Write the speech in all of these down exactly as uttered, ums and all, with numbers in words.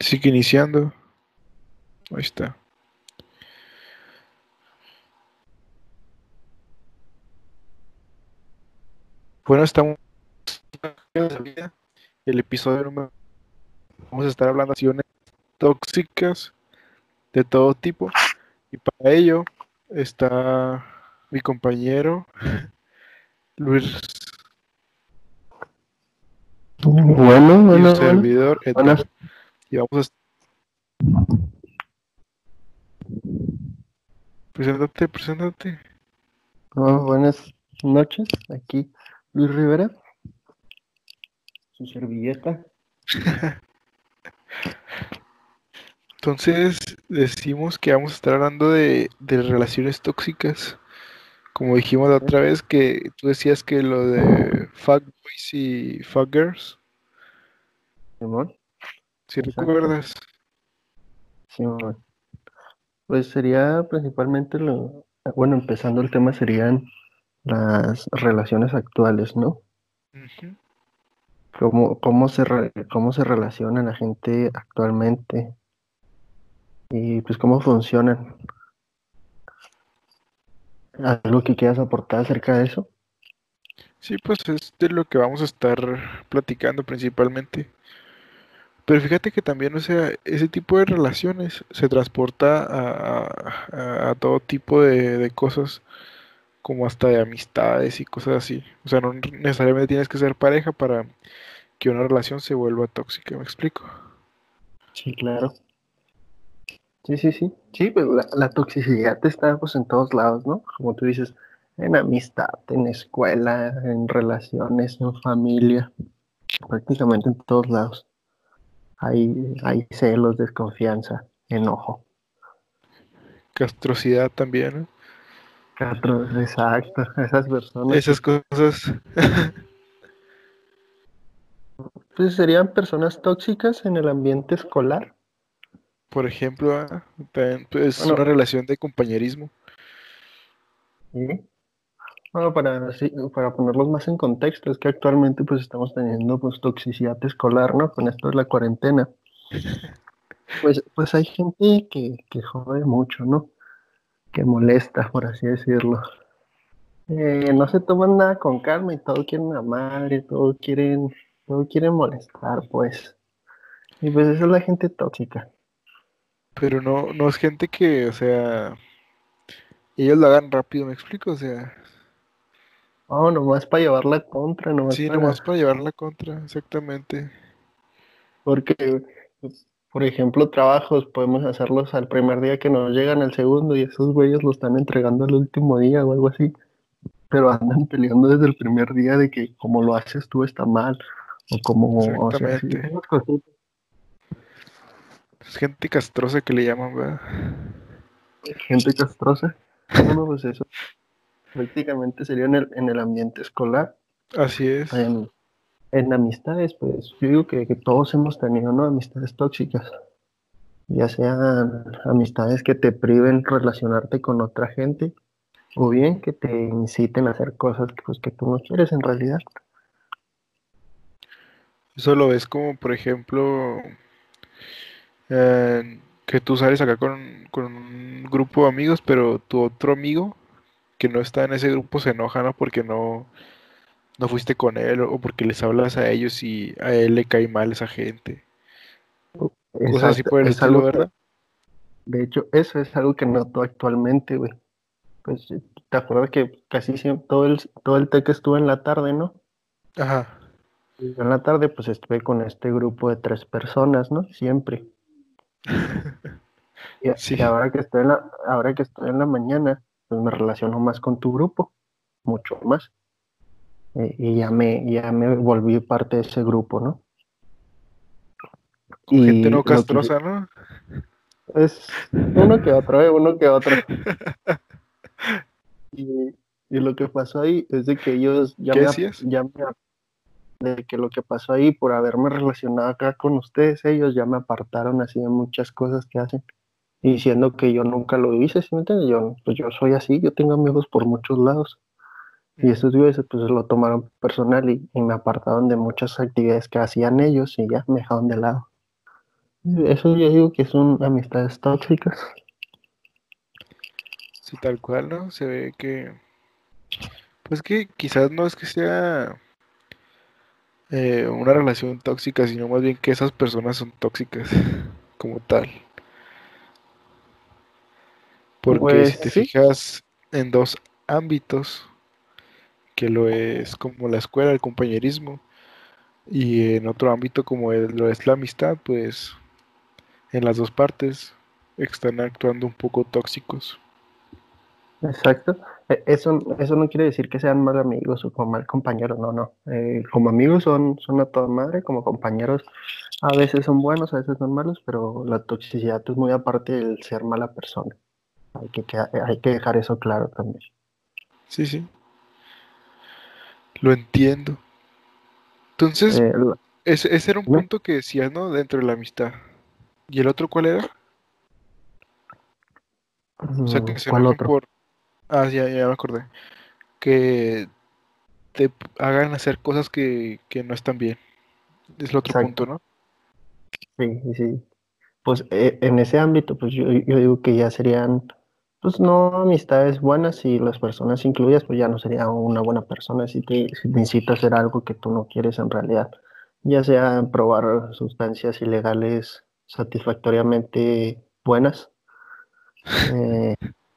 Sigue iniciando. Ahí está. Bueno, estamos en la vida. El episodio número. Vamos a estar hablando de acciones tóxicas de todo tipo. Y para ello está mi compañero Luis Bueno, y su bueno, bueno. servidor Edgar. Buenas, Y vamos a. Preséntate, preséntate. no, buenas noches. Aquí Luis Rivera, su servilleta. Entonces decimos que vamos a estar hablando de, de relaciones tóxicas. Como dijimos la otra vez que tú decías que lo de fuckboys y fuckgirls, Simón, si exacto. recuerdas. Simón. Pues sería principalmente lo, bueno, empezando el tema serían las relaciones actuales, ¿no? Ujú. Cómo, cómo se, re- cómo se relaciona la gente actualmente y pues cómo funcionan. ¿Algo que quieras aportar acerca de eso? Sí, pues es de lo que vamos a estar platicando principalmente. Pero fíjate que también, o sea, ese tipo de relaciones se transporta a, a- a todo tipo de, de cosas, como hasta de amistades y cosas así. O sea, no necesariamente tienes que ser pareja para que una relación se vuelva tóxica, ¿me explico? Sí, claro. Sí, sí, sí. Sí, pues la, la toxicidad está pues en todos lados, ¿no? Como tú dices, en amistad, en escuela, en relaciones, en familia, prácticamente en todos lados. Hay, hay celos, desconfianza, enojo. Castrosidad también, ¿no? Catro- Exacto, esas personas que Esas cosas. pues serían personas tóxicas en el ambiente escolar. Por ejemplo, ah, también, pues, es una Bueno, relación de compañerismo. sí. Bueno, para, sí, para ponerlos más en contexto, es que actualmente pues estamos teniendo pues toxicidad escolar, ¿no? Con esto de la cuarentena. Pues, pues hay gente que, que jode mucho, ¿no? Que molesta, por así decirlo. Eh, no se toman nada con calma y todo quieren amar y todo quieren, todo quieren molestar, pues. Y pues esa es la gente tóxica. Pero no, no es gente que, o sea, ellos lo hagan rápido, ¿me explico? O sea, Oh, nomás para llevar la contra, nomás sí, nomás para... para llevar la contra, exactamente. Porque, pues, por ejemplo, trabajos podemos hacerlos al primer día que nos llegan, al segundo, y esos güeyes lo están entregando al último día o algo así. Pero andan peleando desde el primer día de que como lo haces tú está mal. O como, o sea, sí, Exactamente. esas cositas. Es gente castrosa que le llaman, ¿verdad? Gente castrosa. Bueno, pues eso prácticamente sería en el, en el ambiente escolar. Así es. En, en amistades, pues yo digo que, que todos hemos tenido, ¿no? Amistades tóxicas, ya sean amistades que te priven relacionarte con otra gente o bien que te inciten a hacer cosas que, pues, que tú no quieres en realidad. Eso lo ves como, por ejemplo, eh, que tú sales acá con, con un grupo de amigos, pero tu otro amigo que no está en ese grupo se enoja, ¿no? Porque no, no fuiste con él o porque les hablas a ellos y a él le cae mal esa gente. Cosas así Exacto, por el es estilo, algo que, ¿verdad? de hecho, eso es algo que noto actualmente, güey. Pues, ¿te acuerdas que casi siempre, todo el, todo el té que estuve en la tarde, ¿no? Ajá. Y yo en la tarde, pues estuve con este grupo de tres personas, ¿no? Siempre. Y, y Sí. ahora que estoy en la, ahora que estoy en la mañana, pues me relaciono más con tu grupo, mucho más. Eh, y ya me, ya me volví parte de ese grupo, ¿no? Con gente Y no lo que castrosa, ¿no? es uno que otro, ¿eh? Uno que otro. Y, y lo que pasó ahí es de que ellos ya ¿Qué me, ap- decías? ya me, ap- de que lo que pasó ahí por haberme relacionado acá con ustedes, ellos ya me apartaron así de muchas cosas que hacen. Y diciendo que yo nunca lo hice, ¿sí me entiendes? Yo, pues yo soy así, yo tengo amigos por muchos lados. Y Ujú. esos güeyes pues lo tomaron personal y, y me apartaron de muchas actividades que hacían ellos y ya me dejaron de lado. Eso yo digo que son amistades tóxicas. Si tal cual, ¿no? Se ve que, pues que quizás no es que sea eh, una relación tóxica, sino más bien que esas personas son tóxicas como tal. Porque si Pues te sí, fijas en dos ámbitos, que lo es como la escuela, el compañerismo, y en otro ámbito como el- lo es la amistad, pues en las dos partes están actuando un poco tóxicos. exacto. E- Eso, eso no quiere decir que sean mal amigos o como mal compañeros, no, no. Eh, como amigos son, son a toda madre, como compañeros a veces son buenos, a veces son malos, pero la toxicidad es muy aparte del ser mala persona. Hay que, queda- hay que dejar eso claro también. Sí, sí, lo entiendo. Entonces, Eh, la- ese, ese era un dime. punto que decías, ¿no? Dentro de la amistad. ¿Y el otro cuál era? O sea, Mm, que se ¿cuál enojan otro? por... Ah, ya, ya me acordé. Que te p- hagan hacer cosas que, que no están bien. Es el otro punto, Exacto. ¿no? Sí, sí, sí. Pues eh, en ese ámbito, pues yo, yo digo que ya serían, pues no amistades buenas si las personas incluidas, pues ya no sería una buena persona si te, si te incita a hacer algo que tú no quieres en realidad, ya sea probar sustancias ilegales satisfactoriamente buenas, eh,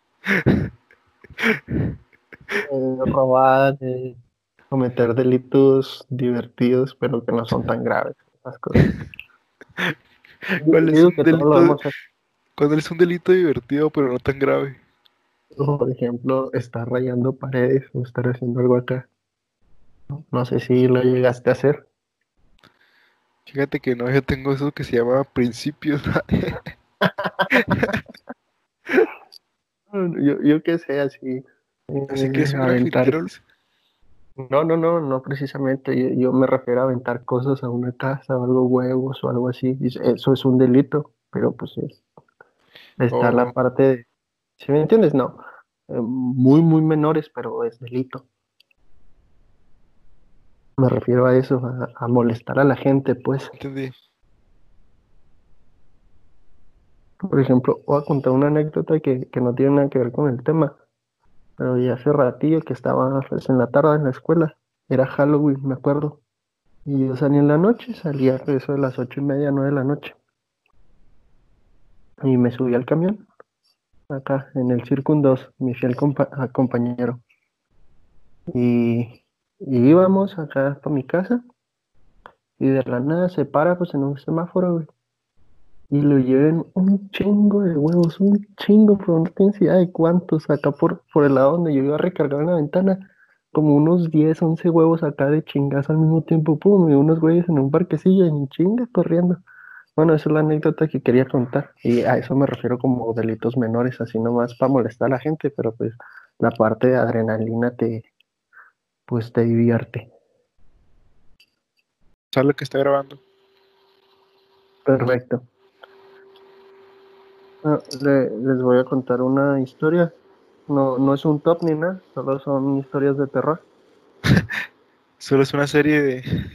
eh, robar, eh, cometer delitos divertidos, pero que no son tan graves, esas cosas. Yo ¿Cuál es digo un que todo lo delito, vamos a, cuál es un delito divertido pero no tan grave? por ejemplo, estar rayando paredes o estar haciendo algo acá. No sé si lo llegaste a hacer. Fíjate que no, yo tengo eso que se llama principios. Yo, yo qué sé, así, Así que eh, es un aventar. grafitero. No, no, no, no precisamente. Yo, yo me refiero a aventar cosas a una casa o algo, huevos o algo así. Y eso es un delito, pero pues es, está la O parte de, ¿sí me entiendes? No, eh, muy, muy menores, pero es delito. Me refiero a eso, a, a molestar a la gente, pues. entendí. Por ejemplo, voy a contar una anécdota que, que no tiene nada que ver con el tema. Pero ya hace ratillo que estaba pues, en la tarde en la escuela. Era Halloween, me acuerdo. Y yo salí en la noche, salía a eso de las ocho y media, nueve de la noche. Y me subí al camión, acá, en el Circun dos, mi fiel compa- a- compañero. Y, y íbamos acá para mi casa. Y de la nada se para pues en un semáforo, güey. Y lo lleven un chingo de huevos, un chingo, pero no tienes idea de cuántos. Acá por, por el lado donde yo iba a recargar en la ventana, como unos diez once huevos acá de chingas al mismo tiempo, pum, y unos güeyes en un parquecillo en chinga corriendo. Bueno, esa es la anécdota que quería contar. Y a eso me refiero como delitos menores, así nomás para molestar a la gente, pero pues la parte de adrenalina te, pues te divierte. ¿Sabes lo que está grabando? Perfecto. Ah, le- les voy a contar una historia. No, no es un top ni nada, solo son historias de terror. Solo es una serie de...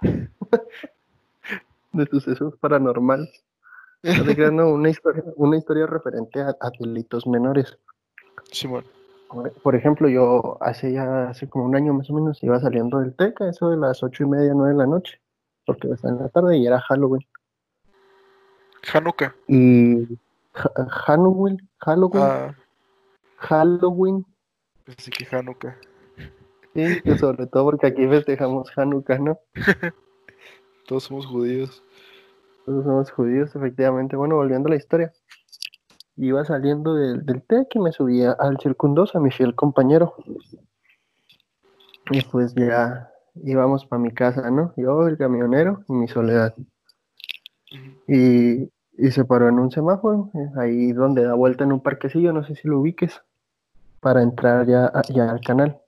De sucesos paranormales. No te creas, no, una historia, una historia referente a, a delitos menores. Simón. Por por ejemplo, yo hace ya, hace como un año más o menos, iba saliendo del Teca, eso de las ocho y media, nueve de la noche, porque está en la tarde y era Halloween. Hanukkah. Y Ja- Halloween, Halloween, Ah, Halloween, así que Hanukkah. sí, que sobre todo porque aquí festejamos Hanukkah, ¿no? Todos somos judíos. Todos somos judíos, efectivamente. Bueno, volviendo a la historia. Iba saliendo del, del TEC y me subía al Circundos a mi fiel compañero. Y pues ya íbamos para mi casa, ¿no? Yo, el camionero y mi soledad. Ujú. Y, y se paró en un semáforo, eh, ahí donde da vuelta en un parquecillo, no sé si lo ubiques, para entrar ya, a- ya al canal.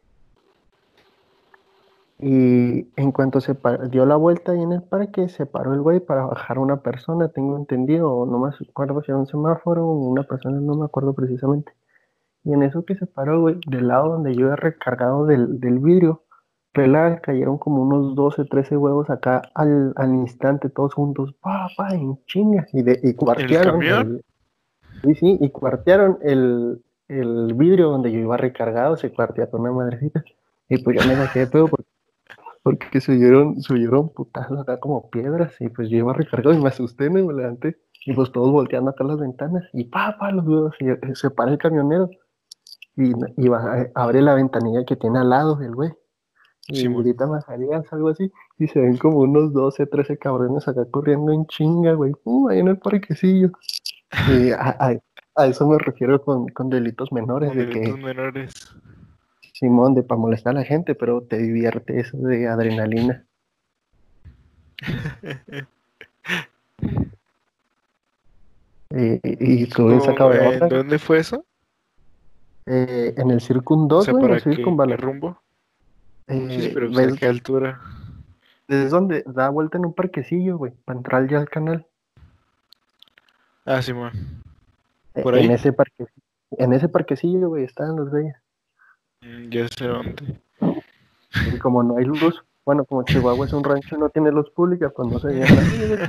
Y en cuanto se pa- dio la vuelta ahí en el parque, se paró el güey para bajar a una persona, tengo entendido, o no me acuerdo si era un semáforo o una persona, no me acuerdo precisamente. Y en eso que se paró, güey, del lado donde yo he recargado del, del vidrio, pelar, cayeron como unos doce trece huevos acá al, al instante, todos juntos, pa, pa, en chinga, y, de, y ¿El cuartearon camión? el, sí, sí, y cuartearon el, el vidrio donde yo iba recargado, se cuarteó una madrecita, y pues yo me saqué de pedo porque, porque se oyeron, se oyeron putazos acá como piedras, y pues yo iba recargado y me asusté, me levanté, y pues todos volteando acá las ventanas, y pa, pa, los huevos, y eh, se para el camionero, y, y baja- abre la ventanilla que tiene al lado el güey y Simón. grita Majarías, algo así, y se ven como unos doce trece cabrones acá corriendo en chinga, güey, uh, ahí en el parquecillo. Y a, a- a eso me refiero con, con delitos menores, Con de delitos que, menores. Simón, de para molestar a la gente, pero te divierte eso de adrenalina. Y, y tú bien ¿Cómo, sacado de en onda, güey. dónde fue eso? Eh, en el Circun O dos, sea, güey, en el ¿para Circun qué, qué Bala, rumbo? Sí, sí, eh, pero pues, ¿a ves, qué altura? es donde da vuelta en un parquecillo, güey, para entrar ya al canal. Ah, Simón. Eh, ¿Por En ahí? ese parque, en ese parquecillo, güey, estaban los güeyes. Mm, ya sé dónde. Y como no hay luz, bueno, como Chihuahua es un rancho y no tiene luz pública, pues no se veía nadie, güey.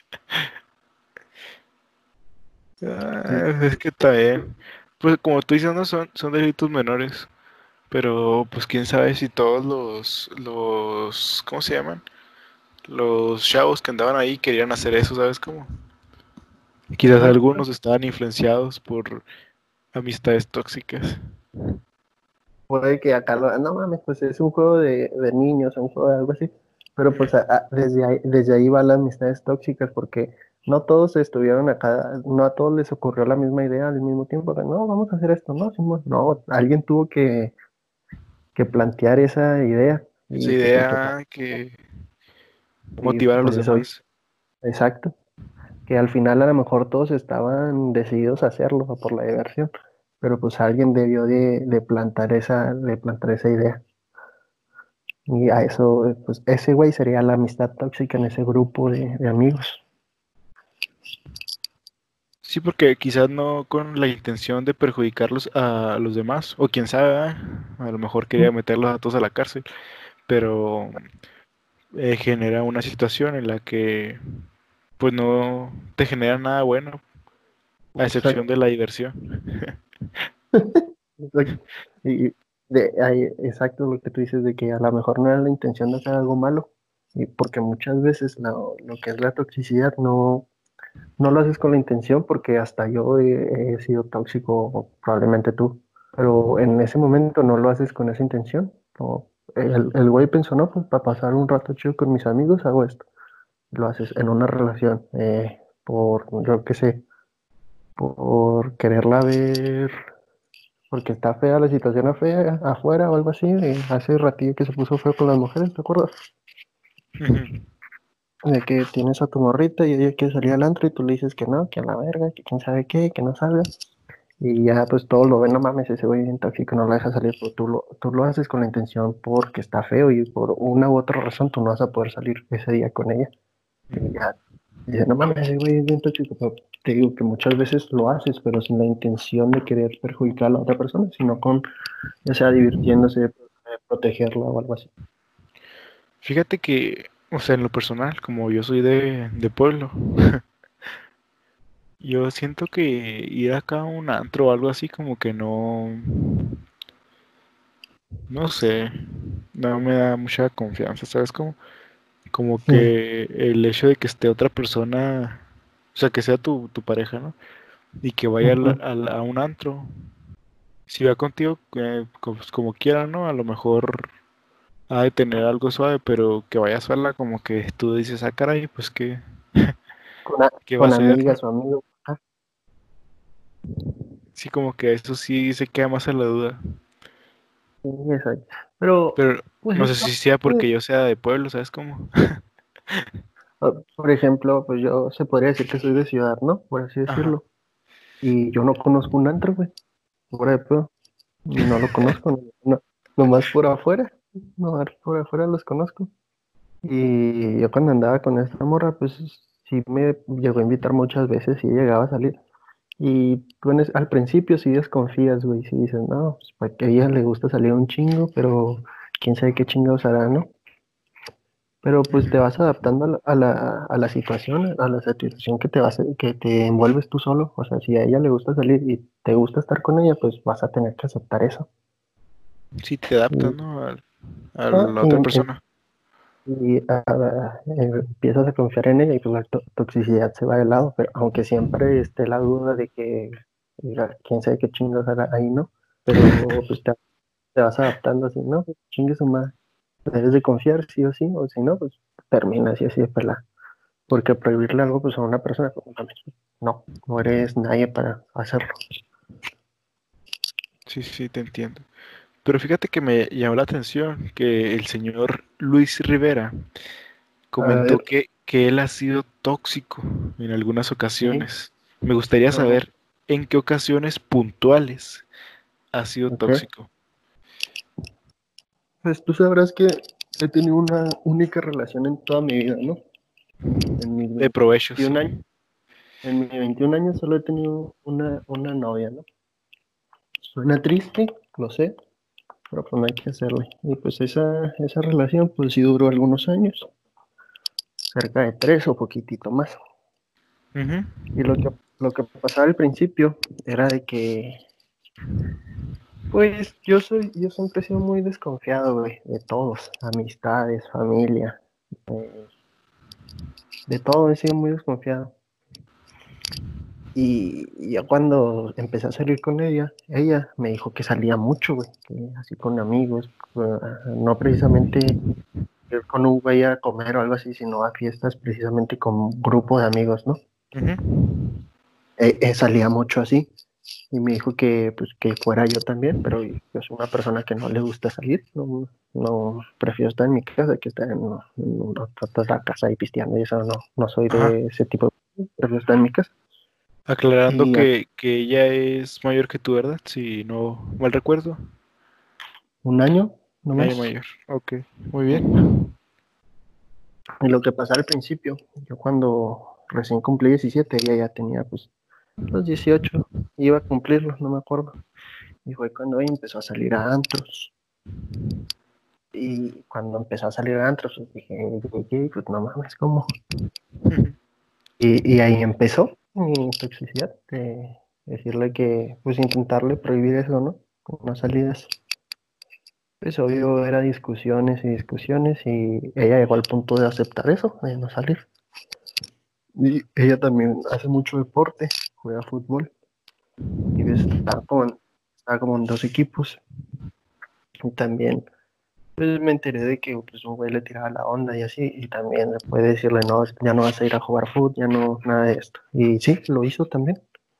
Sí, Ah, es que está bien. Pues como tú dices, no son, son delitos menores. Pero pues quién sabe si todos los, los, ¿cómo se llaman? Los chavos que andaban ahí querían hacer eso, ¿sabes cómo? Quizás exacto. algunos estaban influenciados por amistades tóxicas. Puede que acá lo, no mames, pues es un juego de, de niños, un juego de algo así. Pero pues a- a- desde ahí, desde ahí van las amistades tóxicas, porque no todos estuvieron acá, no a todos les ocurrió la misma idea al mismo tiempo. De, no, vamos a hacer esto, no, Simón, no, alguien tuvo que, que plantear esa idea Esa y pues el que, idea que y motivar a por los eso, demás. exacto. Que al final a lo mejor todos estaban decididos a hacerlo o por la diversión, pero pues alguien debió de, de plantar esa, de plantar esa idea. Y a eso, eh, pues ese güey sería la amistad tóxica en ese grupo de, de amigos. Sí, porque quizás no con la intención de perjudicarlos a los demás, o quién sabe, ¿verdad? A lo mejor quería meterlos a todos a la cárcel, pero eh, genera una situación en la que pues no te genera nada bueno, a excepción Exacto, de la diversión. exacto. Y de ahí, exacto lo que tú dices de que a lo mejor no era la intención de hacer algo malo, y porque muchas veces lo, lo que es la toxicidad no, no lo haces con la intención, porque hasta yo he, he sido tóxico, o probablemente tú, pero en ese momento no lo haces con esa intención. O el, el güey pensó, no, pues para pasar un rato chido con mis amigos hago esto. Lo haces en una relación, eh, por, yo qué sé, por quererla ver, porque está fea la situación fea afuera o algo así. Eh, hace ratillo que se puso feo con las mujeres, ¿te acuerdas? De que tienes a tu morrita y ella quiere salir al antro y tú le dices que no, que a la verga, que quién sabe qué, que no salga. Y ya pues todo lo ven, no mames, ese güey bien tóxico no la deja salir, pero tú lo, tú lo haces con la intención porque está feo y por una u otra razón tú no vas a poder salir ese día con ella. Y ya dice, no mames, ese güey es bien tóxico, pero te digo que muchas veces lo haces, pero sin la intención de querer perjudicar a la otra persona, sino con, ya sea divirtiéndose, eh, protegerla o algo así. Fíjate que, o sea, en lo personal, como yo soy de, de pueblo, yo siento que ir acá a un antro o algo así como que no, no sé, no me da mucha confianza, ¿sabes? Como, como Mm, que el hecho de que esté otra persona, o sea, que sea tu, tu pareja, ¿no? Y que vaya al- ujú. al- a un antro, si va contigo, eh, co- pues, como quiera, ¿no? A lo mejor ha de tener algo suave, pero que vaya sola, como que tú dices, ah, caray, pues qué, Con, a- qué va a con hacer, ¿no? amigas o amigos. Ah, Sí, como que eso sí se queda más en la duda. sí, exacto. Pero, Pero pues, no sé está- si sea pues, porque yo sea de pueblo, ¿sabes cómo? ah, por ejemplo, pues yo se podría decir que soy de ciudad, ¿no? Por así Ajá. decirlo. Y yo no conozco un antro, güey. Fuera de pedo. No lo conozco, no, no- nomás por afuera. Nomás por afuera los conozco. Y yo cuando andaba con esta morra, pues sí me llegó a invitar muchas veces y llegaba a salir. Y tú en es- al principio sí desconfías, güey, sí dices, no, pues para que a ella le gusta salir un chingo, pero quién sabe qué chingados hará, ¿no? Pero pues te vas adaptando a la, a la, a la situación, a la situación que te vas, a- que te envuelves tú solo. O sea, si a ella le gusta salir y te gusta estar con ella, pues vas a tener que aceptar eso. Sí, te adaptas, Y, ¿no? Al- a ah, la y, otra y- persona. y, ah, ah, eh, empiezas a confiar en ella y pues la to- toxicidad se va de lado, pero aunque siempre esté la duda de que diga, quién sabe qué chingados hará ahí, ¿no? Pero pues te, te vas adaptando así, ¿no? Pues, chingue su madre. Debes de confiar sí o sí, o si no, pues termina así, así de pelada. Porque prohibirle algo pues a una persona, pues, no, no eres nadie para hacerlo. Sí, sí, te entiendo. Pero fíjate que me llamó la atención que el señor Luis Rivera A comentó ver, que, que él ha sido tóxico en algunas sí, ocasiones. Me gustaría ajá, saber en qué ocasiones puntuales ha sido ok. tóxico. Pues tú sabrás que he tenido una única relación en toda mi vida, ¿no? En mis De provecho, sí. veintiún años, en mis veintiún años solo he tenido una, una novia, ¿no? Suena triste, lo sé, pero pues no hay que hacerle. Y pues esa, esa relación pues sí duró algunos años, cerca de tres o poquitito más. Ujú. Y lo que, lo que pasaba al principio era de que, pues yo soy, yo siempre he sido muy desconfiado, güey, de todos, amistades, familia, eh, de todo he sido muy desconfiado. Y, y ya cuando empecé a salir con ella, ella me dijo que salía mucho, güey, que así con amigos, eh, no precisamente ir con un güey a comer o algo así, sino a fiestas precisamente con un grupo de amigos, ¿no? Ujú. Eh, eh, salía mucho así. Y me dijo que, pues, que fuera yo también, pero yo soy una persona que no le gusta salir, no, no prefiero estar en mi casa que estar en, en en la casa y pisteando y eso no, no soy Ajá. de ese tipo de, prefiero estar en mi casa. Aclarando Y a- que, que ella es mayor que tú, ¿verdad? Si no mal recuerdo. un año Un año nomás. mayor. Ok, muy bien. Y lo que pasaba al principio, yo cuando recién cumplí diecisiete ella ya tenía pues los dieciocho, iba a cumplirlos, no me acuerdo. Y fue cuando ella empezó a salir a antros. Y cuando empezó a salir a antros, pues dije, "Oye, pues no mames, ¿cómo?" Y, y ahí empezó mi toxicidad, de decirle que, pues intentarle prohibir eso, ¿no? No salidas. Pues obvio era discusiones y discusiones y ella llegó al punto de aceptar eso, de no salir. Y ella también hace mucho deporte, juega fútbol y ves, está como en, está como en dos equipos. Y también pues me enteré de que pues, un güey le tiraba la onda y así, y también puede decirle, no, ya no vas a ir a jugar fútbol, ya no, nada de esto. Y sí, lo hizo también.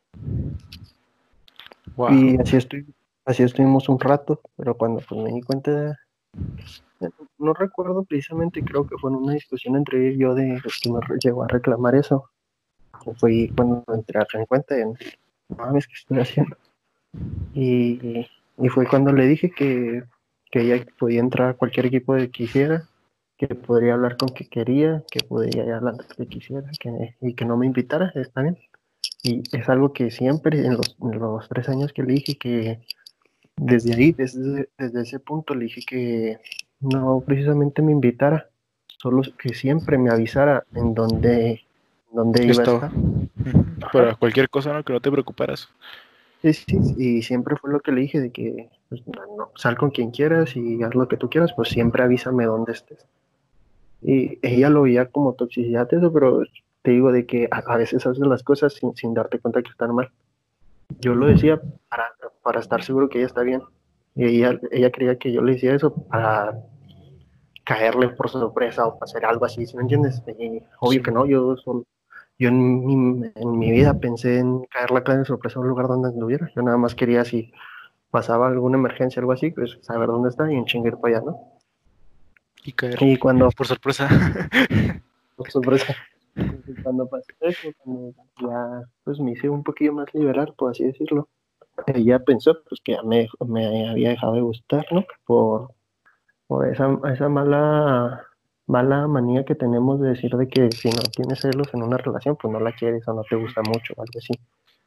Y Wow. así estoy, así estuvimos un rato, pero cuando pues me di cuenta, de- no recuerdo precisamente, creo que fue en una discusión entre ella y yo de pues, que me re- llegó a reclamar eso. Fue cuando entré a en cuenta de, no mames, ¿qué estoy haciendo? Y, y fue cuando le dije que, que ella podía entrar a cualquier equipo que quisiera, que podría hablar con quien quería, que podía hablar con que quisiera, que, y que no me invitara, está bien. Y es algo que siempre, en los, en los tres años que le dije, que desde ahí, desde, desde ese punto, le dije que no precisamente me invitara, solo que siempre me avisara en dónde, dónde iba a Estaba. estar. Ujú. Ajá. Para cualquier cosa, ¿no? Que no te preocuparas. Sí, sí, sí, y siempre fue lo que le dije, de que pues, no, no, sal con quien quieras y haz lo que tú quieras, pues siempre avísame dónde estés. Y ella lo veía como toxicidad eso, pero te digo de que a, a veces haces las cosas sin, sin darte cuenta que están mal. Yo lo decía para, para estar seguro que ella está bien. Y ella, ella creía que yo le decía eso para caerle por sorpresa o para hacer algo así, ¿sí me entiendes? Y obvio que no, Simón. yo solo, yo en mi, en mi vida pensé en caerle de sorpresa a un lugar donde anduviera. Yo nada más quería si pasaba alguna emergencia, algo así, pues saber dónde está y en chingar para allá, ¿no? Y caerle. Y cuando, Por sorpresa. por sorpresa, cuando pasó eso, cuando ya pues me hice un poquillo más liberal, por así decirlo, ella pensó pues que ya me, me había dejado de gustar, ¿no? Por, por esa, esa mala, mala manía que tenemos de decir de que si no tienes celos en una relación, pues no la quieres o no te gusta mucho o algo así.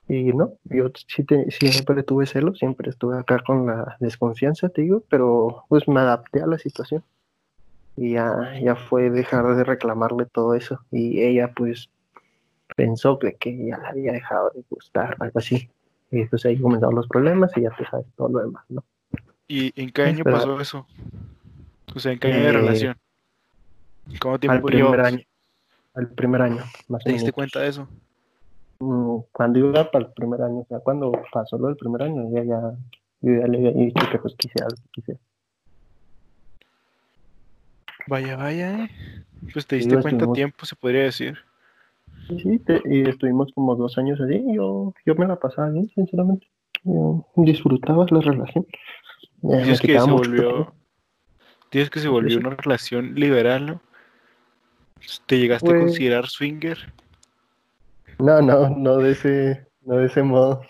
Y no, yo sí te- siempre tuve celos, siempre estuve acá con la desconfianza, te digo, pero pues me adapté a la situación y ya, ya fue dejar de reclamarle todo eso. Y ella pues pensó que, que ya le había dejado de gustar, algo así. Y pues ahí comenzaron los problemas y ya te sabes todo lo demás, ¿no? ¿Y en qué Pues, año pero pasó eso? O sea, ¿en qué año de eh, relación? ¿Cuánto al tiempo primer llevabas? año, al primer año, más o ¿Te diste menos. cuenta de eso? Mm, Cuando iba para el primer año, o sea, cuando pasó lo del primer año, ya, ya, yo ya le había dicho que pues quisiera lo que quisiera. Vaya, vaya, ¿eh? Pues te Te diste digo, cuenta a estuvimos, tiempo, se podría decir. sí, sí, te- y estuvimos como dos años así, y yo, yo me la pasaba bien, sinceramente. Yo disfrutaba la relación. Eh, me Dices que quitaba se mucho tiempo. volvió, dices que se Sí, volvió sí. una relación liberal, ¿no? ¿Te llegaste a Pues, considerar swinger? no, no, no de ese, no de ese modo.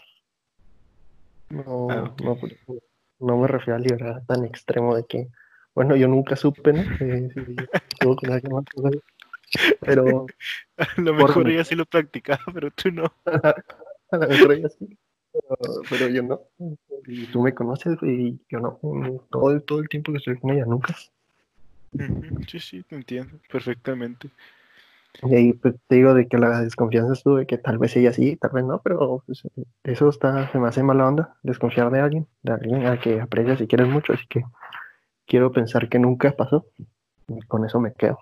Ah, No, ok. no, no me refiero a libertad tan extremo de que, bueno, yo nunca supe, ¿no? Eh, si estuvo con alguien más, o algo, pero A lo por mejor mi ella sí lo practicaba, pero tú no. a lo mejor ella sí, pero, pero yo no. Y tú me conoces y yo no. Todo el, todo el tiempo que estoy con ella, nunca. Ujú, sí, sí, te entiendo perfectamente. Y ahí pues, te digo de que la desconfianza estuvo de que tal vez ella sí, tal vez no, pero pues, eso está, se me hace mala onda, desconfiar de alguien, de alguien al que aprecias y quieres mucho, así que quiero pensar que nunca pasó y con eso me quedo.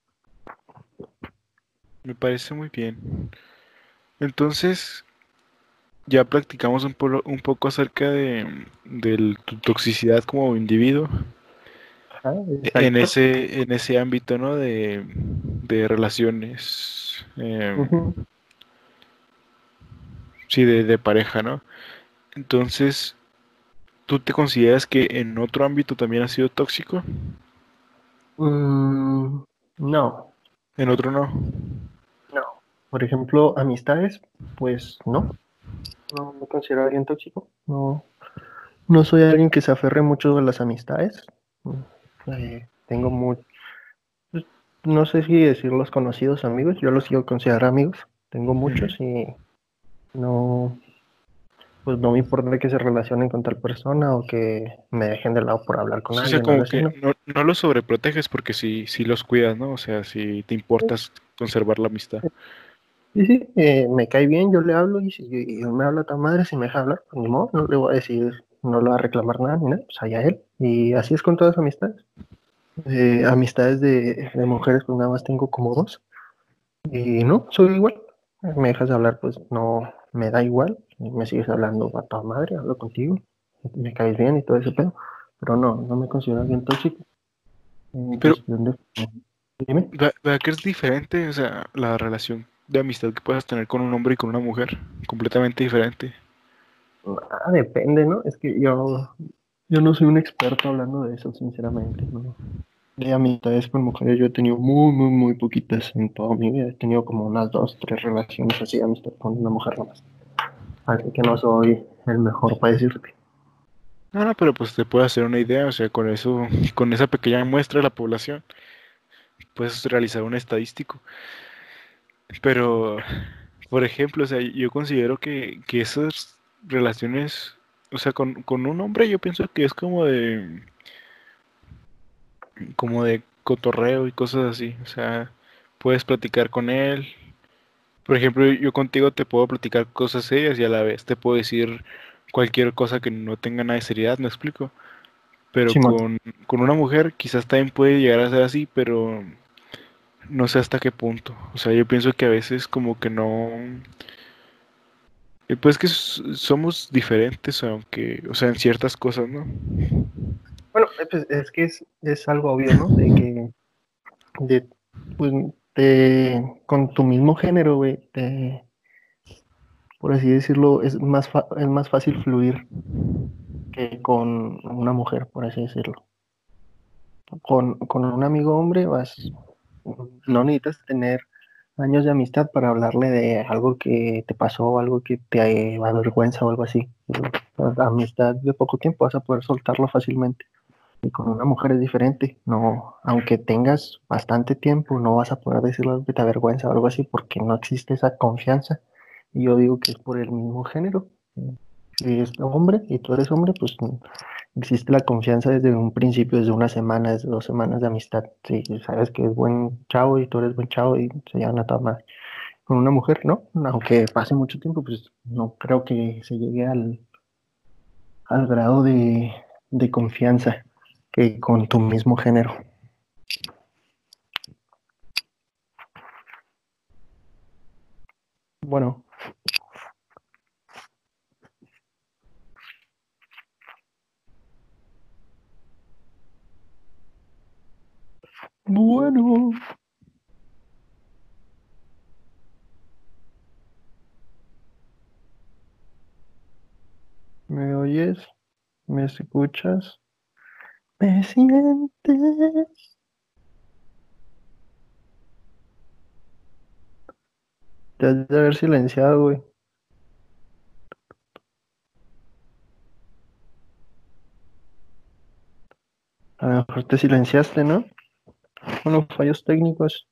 Me parece muy bien. Entonces, ya practicamos un, polo- un poco acerca de, de tu toxicidad como individuo. Ah, En exacto. ese, en ese ámbito, ¿no? De, de relaciones, em, Ujú. sí, de, de pareja, ¿no? Entonces, ¿tú te consideras que en otro ámbito también has sido tóxico? Mm, no, En otro no. no. Por ejemplo, amistades, pues no, no me considero alguien tóxico. No, no soy alguien que se aferre mucho a las amistades. Mm, eh, tengo muy, pues, no sé si decir los conocidos amigos, yo los sigo considerar amigos. Tengo Ujú. muchos y no, pues no me importa que se relacionen con tal persona o que me dejen de lado por hablar con Sí, o sea, alguien o algo como así, que ¿no? no, no los sobreproteges porque sí, sí los cuidas, ¿no? O sea, si te importas conservar la amistad. Sí, sí, eh, me cae bien, yo le hablo y si y él me habla a ta madre, si me deja hablar, pues ni modo, no le voy a decir, no le voy a reclamar nada ni nada, pues allá él. Y así es con todas las amistades. Eh, amistades de, de mujeres, pues nada más tengo como dos. Y no, soy igual. Me dejas de hablar, pues no, me da igual. Me sigues hablando a toda madre, hablo contigo, me caes bien y todo ese pedo. Pero no, no me considero alguien tóxico. En Pero, cuestión de... Dime. ¿verdad verdad que es diferente? O sea, la relación de amistad que puedas tener con un hombre y con una mujer. Completamente diferente. Ah, depende, ¿no? Es que yo, yo no soy un experto hablando de eso, sinceramente, ¿no? De amistades con mujeres yo he tenido muy, muy, muy poquitas en toda mi vida. He tenido como unas dos, tres relaciones así de amistad con una mujer nomás. Así que no soy el mejor para decirte. No, no, pero pues te puedes hacer una idea, o sea, con eso, con esa pequeña muestra de la población, puedes realizar un estadístico. Pero, por ejemplo, o sea, yo considero que, que esas relaciones, o sea, con, con un hombre yo pienso que es como de, como de cotorreo y cosas así. O sea, puedes platicar con él. Por ejemplo, yo contigo te puedo platicar cosas serias y a la vez te puedo decir cualquier cosa que no tenga nada de seriedad, ¿me explico? Pero Simón. con, con una mujer quizás también puede llegar a ser así, pero no sé hasta qué punto. O sea, yo pienso que a veces como que no... eh, Pues que s- somos diferentes, aunque, o sea, en ciertas cosas, ¿no? Bueno, eh, pues, es que es, es algo obvio, ¿no? De que de, pues, de, con tu mismo género, güey, te- por así decirlo, es más, fa- es más fácil fluir que con una mujer, por así decirlo. Con, con un amigo hombre vas, no necesitas tener años de amistad para hablarle de algo que te pasó, algo que te avergüenza o algo así. La amistad de poco tiempo vas a poder soltarlo fácilmente. Y con una mujer es diferente. No, aunque tengas bastante tiempo, no vas a poder decirle algo que te avergüenza o algo así porque no existe esa confianza Y yo digo que es por el mismo género. Si es hombre y tú eres hombre, pues mm, existe la confianza desde un principio, desde una semana, desde dos semanas de amistad. Si sabes que es buen chavo y tú eres buen chavo y se llevan a toda madre. Con una mujer, ¿no? Aunque pase mucho tiempo, pues no creo que se llegue al, al grado de, de confianza que con tu mismo género. Bueno, bueno, ¿me oyes? ¿Me escuchas? ¿Me sientes? Te has de haber silenciado, güey. A lo mejor te silenciaste, ¿no? Bueno, fallos técnicos.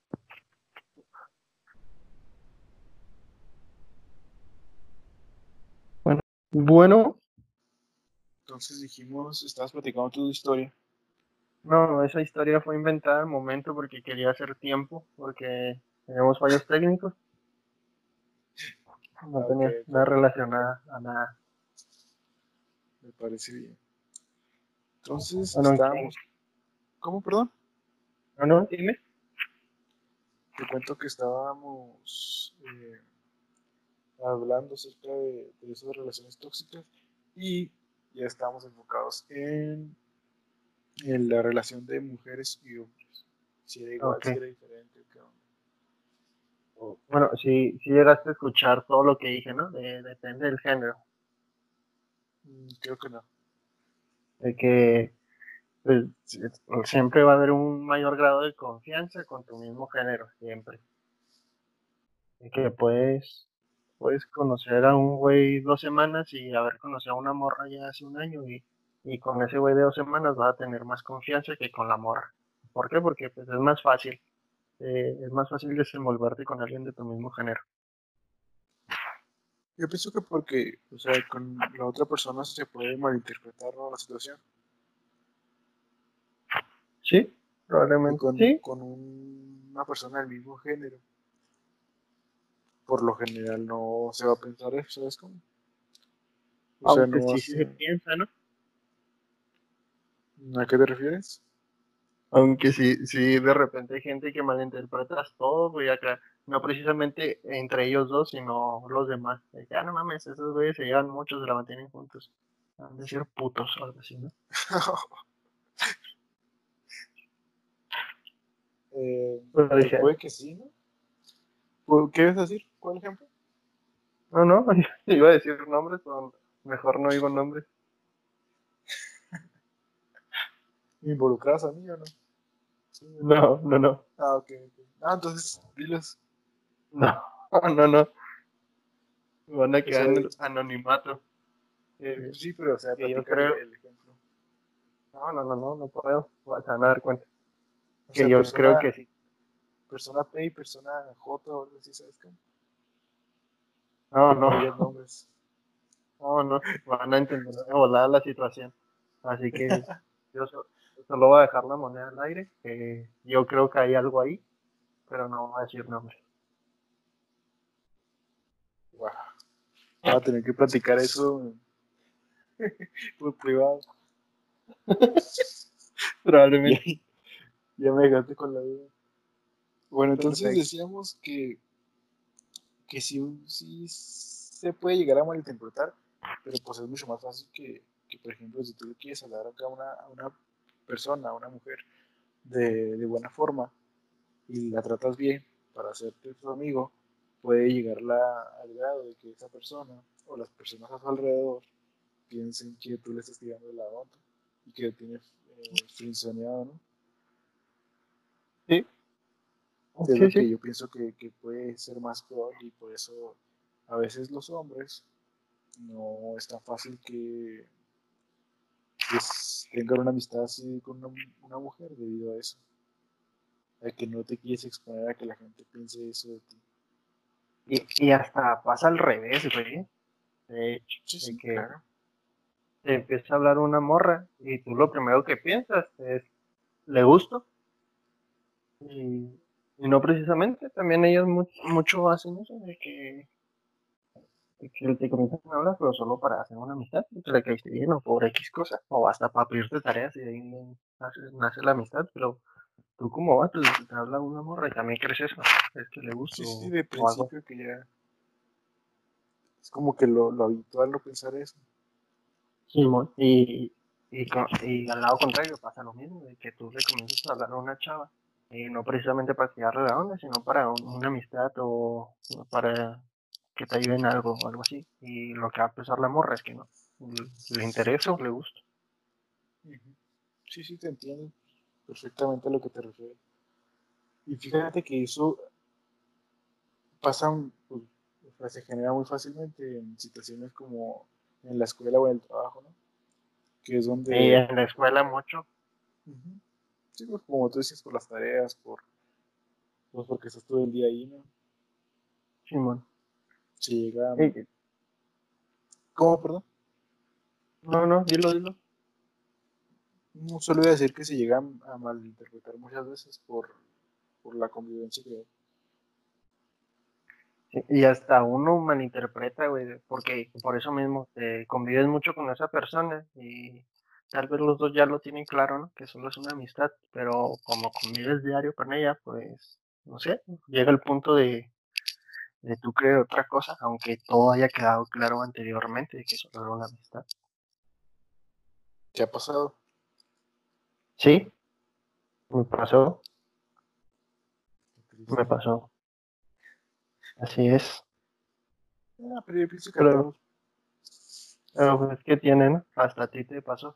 Bueno, bueno, Entonces dijimos, estabas platicando tu historia. no, esa historia fue inventada al momento porque quería hacer tiempo, porque tenemos fallos técnicos. No Ah, ok, tenía ok, nada relacionada a nada. me parece bien. Entonces Bueno, ¿qué? estábamos, ¿cómo, perdón? No, no, dime. Te cuento que estábamos eh, hablando acerca de, de esas relaciones tóxicas y ya estábamos enfocados en, en la relación de mujeres y hombres. Si era igual, Ok. si era diferente, qué onda. Bueno, si, si llegaste a escuchar todo lo que dije, ¿no? De- depende del género. Mm, creo que no. De que pues, es- siempre va a haber un mayor grado de confianza con tu mismo género, siempre. De que puedes, puedes conocer a un güey dos semanas y haber conocido a una morra ya hace un año y, y con ese güey de dos semanas vas a tener más confianza que con la morra. ¿Por qué? Porque pues, es más fácil. Eh, es más fácil desenvolverte con alguien de tu mismo género. Yo pienso que porque, o sea, con la otra persona se puede malinterpretar, ¿no?, la situación. Sí, Que probablemente con, sí. con un- una persona del mismo género, por lo general no se va a pensar eso, ¿sabes cómo? O sea, Aunque no sí, vas sí se a... piensa, ¿no? ¿A qué te refieres? Aunque sí, sí, de repente hay gente que malinterpretas todo, güey, acá, no precisamente entre ellos dos, sino los demás. De que, ah, no mames, esos güeyes se llevan mucho, se la mantienen juntos. Han de ser putos o algo así, ¿no? Eh, Pero pues dije, puede que sí, ¿no? Pu- ¿Qué vas a decir? ¿Cuál ejemplo? no, no, iba a decir nombres, pero mejor no digo nombres. ¿Involucradas a mí o no? No, no, no, Ah, ok, ok. Ah, entonces, diles. no, no, no, van a O quedar sea, en di- el anonimato. Eh, sí, pero o sea, que yo platica el, creo, el ejemplo. no, no, no, no, no puedo, se van a dar cuenta. O Que sea, yo creo persona, que sí. persona P y persona J o algo así, ¿sabes cómo? No, Pero no, no digas nombres. no, no, van a entender de volada la situación. Así que yo so- solo voy a dejar la moneda al aire. Que yo creo que hay algo ahí, pero no voy a decir nombres. Wow. Voy a tener que platicar eso por privado. Ya, Probablemente. ya me dejaste con la duda. Bueno, entonces Perfecto. decíamos que, que sí, sí se puede llegar a malinterpretar, pero pues es mucho más fácil que, que por ejemplo, si tú le quieres hablar acá a una, a una persona, a una mujer, de, de buena forma y la tratas bien para hacerte tu amigo, puede llegar la, al grado de que esa persona o las personas a su alrededor piensen que tú le estás tirando la onda y que lo tienes eh, frenzoneado, ¿no? Sí, Es sí, lo que sí. yo pienso que, que puede ser más probable y por eso a veces los hombres no es tan fácil que, que tengan una amistad así con una, una mujer debido a eso, a que no te quieres exponer a que la gente piense eso de ti. Y, y hasta pasa al revés, güey. De hecho, Sí, de sí, que claro. te empieza a hablar una morra y tú lo primero que piensas es, ¿le gusto? Y, y no precisamente, también ellos mu- mucho hacen eso, de que, de que te comienzan a hablar, pero solo para hacer una amistad, y que le caíste bien o por X cosa, o hasta para pedirte tareas y de ahí nace, nace la amistad, pero tú como vas, pues te habla una morra y también crees eso, es que le gusto Sí, sí, o, de o algo. principio que ya es como que lo, lo habitual no pensar eso. Simón, y, y, co- y al lado contrario pasa lo mismo, de que tú le comienzas a hablar a una chava, y no precisamente para tirarle la onda, sino para un- una amistad o para que te ayuden en algo o algo así. Y lo que va a pensar la morra es que no, le le interesa o le gusta. Ujú. Sí, sí, te entiendo perfectamente a lo que te refieres. Y fíjate que eso pasa, pues, o sea, se genera muy fácilmente en situaciones como en la escuela o en el trabajo, ¿no? Que es Y donde, en la escuela mucho, ujú, sí, pues como tú dices, por las tareas, por, pues porque estás todo el día ahí, ¿no? Simón. Se llega, Y- ¿cómo, perdón? no, no, dilo, dilo. No solo iba a decir que se llegan a malinterpretar muchas veces por, por la convivencia que hay. Sí, y hasta uno malinterpreta, güey, porque por eso mismo te convives mucho con esa persona y tal vez los dos ya lo tienen claro, ¿no? Que solo es una amistad, pero como convives diario con ella, pues, no sé, llega el punto de, de tú creer otra cosa, aunque todo haya quedado claro anteriormente de que solo era una amistad. ¿Qué ha pasado? Sí, me pasó, Qué me triste. pasó, así es, Ah, pero yo pienso que a pero, todos. pero pues, ¿qué tiene, no? Hasta a ti te pasó.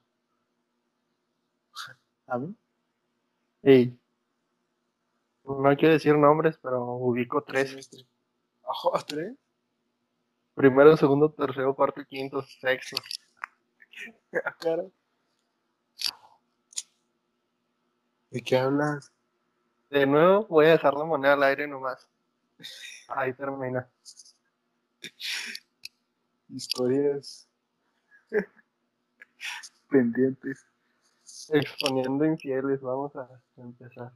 ¿A mí? Y no hay que decir nombres, pero ubico ¿Qué tres. semestre? ¿A tres? Primero, segundo, tercero, cuarto, quinto, sexto. ¿A cara? ¿De qué hablas? De nuevo, voy a dejar la moneda al aire nomás. Ahí termina. Historias pendientes. Exponiendo infieles, vamos a empezar.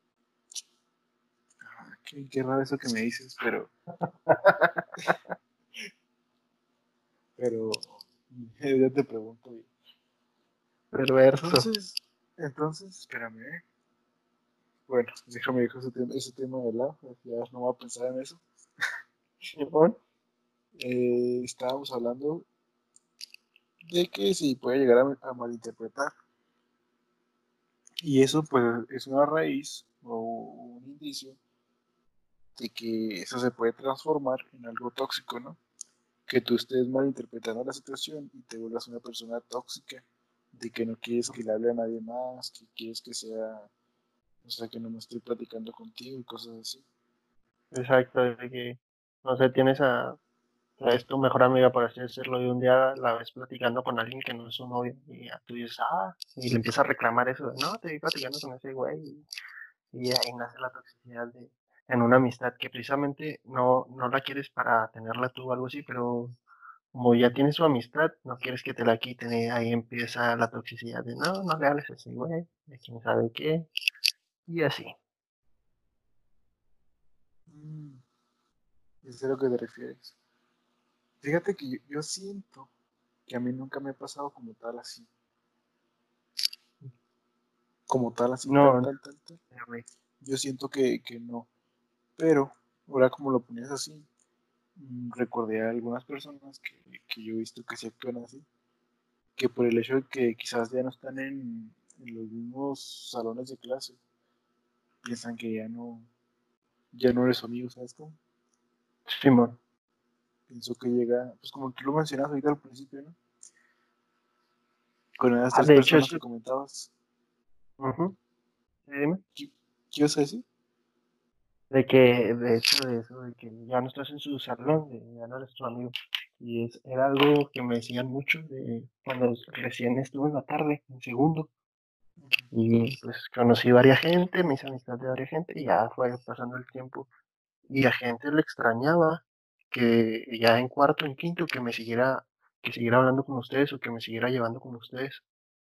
Ah, qué, qué raro eso que me dices, pero, pero ya te pregunto. Oye. Perverso. Entonces, entonces, espérame. ¿Eh? Bueno, déjame dejar ese, tema- ese tema de lado, ya no voy a pensar en eso. Simón. Eh, estábamos hablando de que sí puede llegar a, a malinterpretar. Y eso pues es una raíz o un indicio de que eso se puede transformar en algo tóxico, ¿no? Que tú estés malinterpretando la situación y te vuelvas una persona tóxica, de que no quieres que le hable a nadie más, que quieres que sea, o sea, que no me estoy platicando contigo y cosas así. Exacto. De que, no sé, tienes a, es tu mejor amiga, por así decirlo, y un día la ves platicando con alguien que no es su novio, y ya tú dices, ah, y le empiezas a reclamar eso, de, no, te vi platicando con ese güey, y, y ahí nace la toxicidad de, en una amistad que precisamente no, no la quieres para tenerla tú o algo así, pero como ya tienes su amistad, no quieres que te la quiten y ahí empieza la toxicidad de no, no le hables así, güey, de quién sabe qué, y así. Mm, es de lo que te refieres. Fíjate que yo, yo siento que a mí nunca me ha pasado como tal así, como tal así, tal, No, no, tal, tal, tal. güey. Yo siento que, que no, pero ahora como lo ponías así, mm, recordé a algunas personas que, que yo he visto que se actúan así, que por el hecho de que quizás ya no están en, en los mismos salones de clase, piensan que ya no, ya no eres su amigo, ¿sabes cómo? Simón. Pienso que llega, pues como tú lo mencionas ahorita al principio, ¿no? Con esas Ah, tres de hecho, personas eso, que comentabas, ujú, sí, dime, ¿qué, qué ibas a decir? de que, de hecho, de eso, de que ya no estás en su salón, de ya no eres tu amigo. Y es, era algo que me decían mucho de cuando recién estuve en la tarde, en segundo. Y pues conocí varias gente, me hice amistad de varias gente y ya fue pasando el tiempo y la gente le extrañaba que ya en cuarto, en quinto, que me siguiera, que siguiera hablando con ustedes o que me siguiera llevando con ustedes.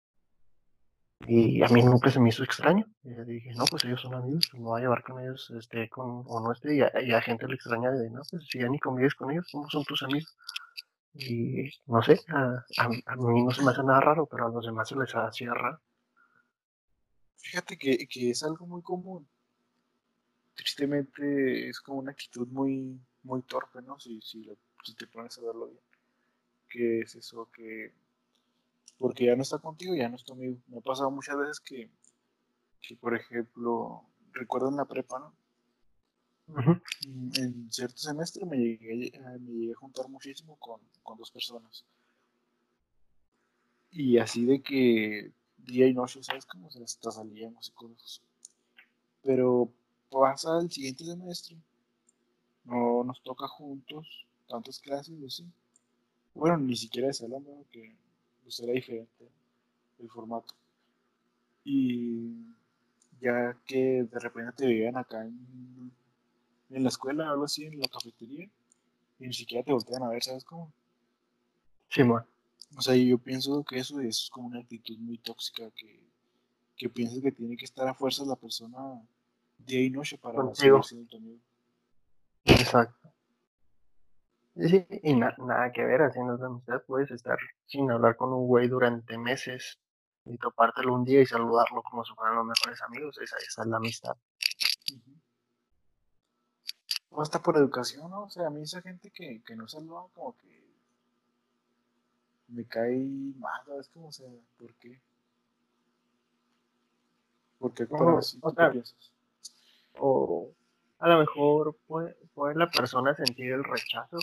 Y a mí nunca se me hizo extraño. Y yo dije, no, pues ellos son amigos, me voy a llevar con ellos, este, con, o no esté, y a, y a gente le extraña de, no, pues si ya ni convives con ellos, ¿cómo son tus amigos? Y no sé, a, a, a mí no se me hace nada raro, pero a los demás se les hacía raro. Fíjate que, que es algo muy común. Tristemente es como una actitud muy, muy torpe, ¿no? Si, si, lo- si te pones a verlo bien. Que es eso, que porque ya no está contigo, ya no es tu amigo. Me ha pasado muchas veces que, que por ejemplo, recuerdo en la prepa, ¿no? Ujú. Mm, En cierto semestre me llegué, eh, me llegué a juntar muchísimo con, con dos personas. Y así de que día y noche, ¿sabes cómo? Se hasta salíamos y cosas. Pero pasa el siguiente semestre, no nos toca juntos, tantas clases y así. Bueno, ni siquiera de salón, ¿no? Que pues era diferente el formato. Y ya que de repente te veían acá en, en la escuela, algo así, en la cafetería, y ni siquiera te voltean a ver, ¿sabes cómo? Simón, O sea, yo pienso que eso es como una actitud muy tóxica, que, que piensas que tiene que estar a fuerzas la persona día y noche para seguir contigo. siendo tu amigo. Exacto. Y sí, y na- nada que ver, haciendo esa amistad, puedes estar sin hablar con un güey durante meses y topártelo un día y saludarlo como si fueran los mejores amigos. Esa, esa es la amistad. Ujú. O hasta por educación, ¿no? O sea, a mí esa gente que, que no saluda como que me cae mal, ¿sabes cómo? O sea, ¿por qué? ¿Por qué actúan No, así? o ¿Tú qué sea, piensas? o a lo mejor puede, puede la persona sentir el rechazo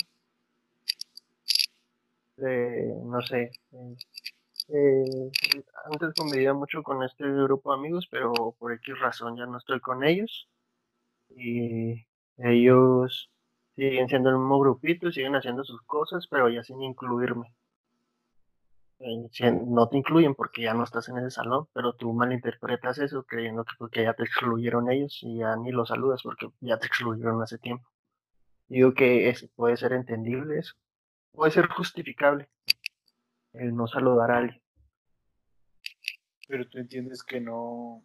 de, no sé, eh, eh, antes convivía mucho con este grupo de amigos, pero por X razón ya no estoy con ellos y ellos siguen siendo el mismo grupito, siguen haciendo sus cosas, pero ya sin incluirme. Eh, si- no te incluyen porque ya no estás en ese salón, pero tú malinterpretas eso creyendo que porque ya te excluyeron ellos y ya ni los saludas porque ya te excluyeron hace tiempo. Digo que es, puede ser entendible eso, puede ser justificable el no saludar a alguien. Pero tú entiendes que no,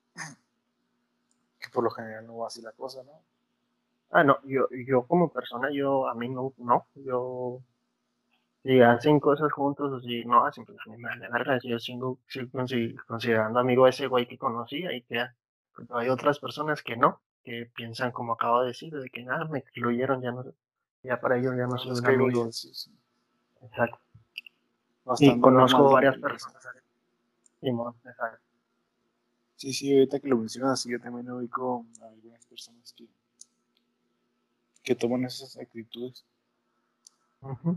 que por lo general no va así la cosa, ¿no? Ah, no, yo, yo como persona, yo, a mí no, no, yo, si hacen cosas juntos o si no hacen, pues ni me vale verga, yo sigo, sigo consi- considerando amigo a ese güey que conocía y que pero hay otras personas que no, que piensan como acabo de decir, de que nada, me excluyeron, ya no, ya para ellos ya no No soy les un caigo bien, amigo. sí, sí. Exacto. Y Bastante normal, conozco ¿no? varias personas así. Simón, exacto. Sí, sí, ahorita que lo mencionas así, yo también me ubico a algunas personas que, que toman esas actitudes. Ujú.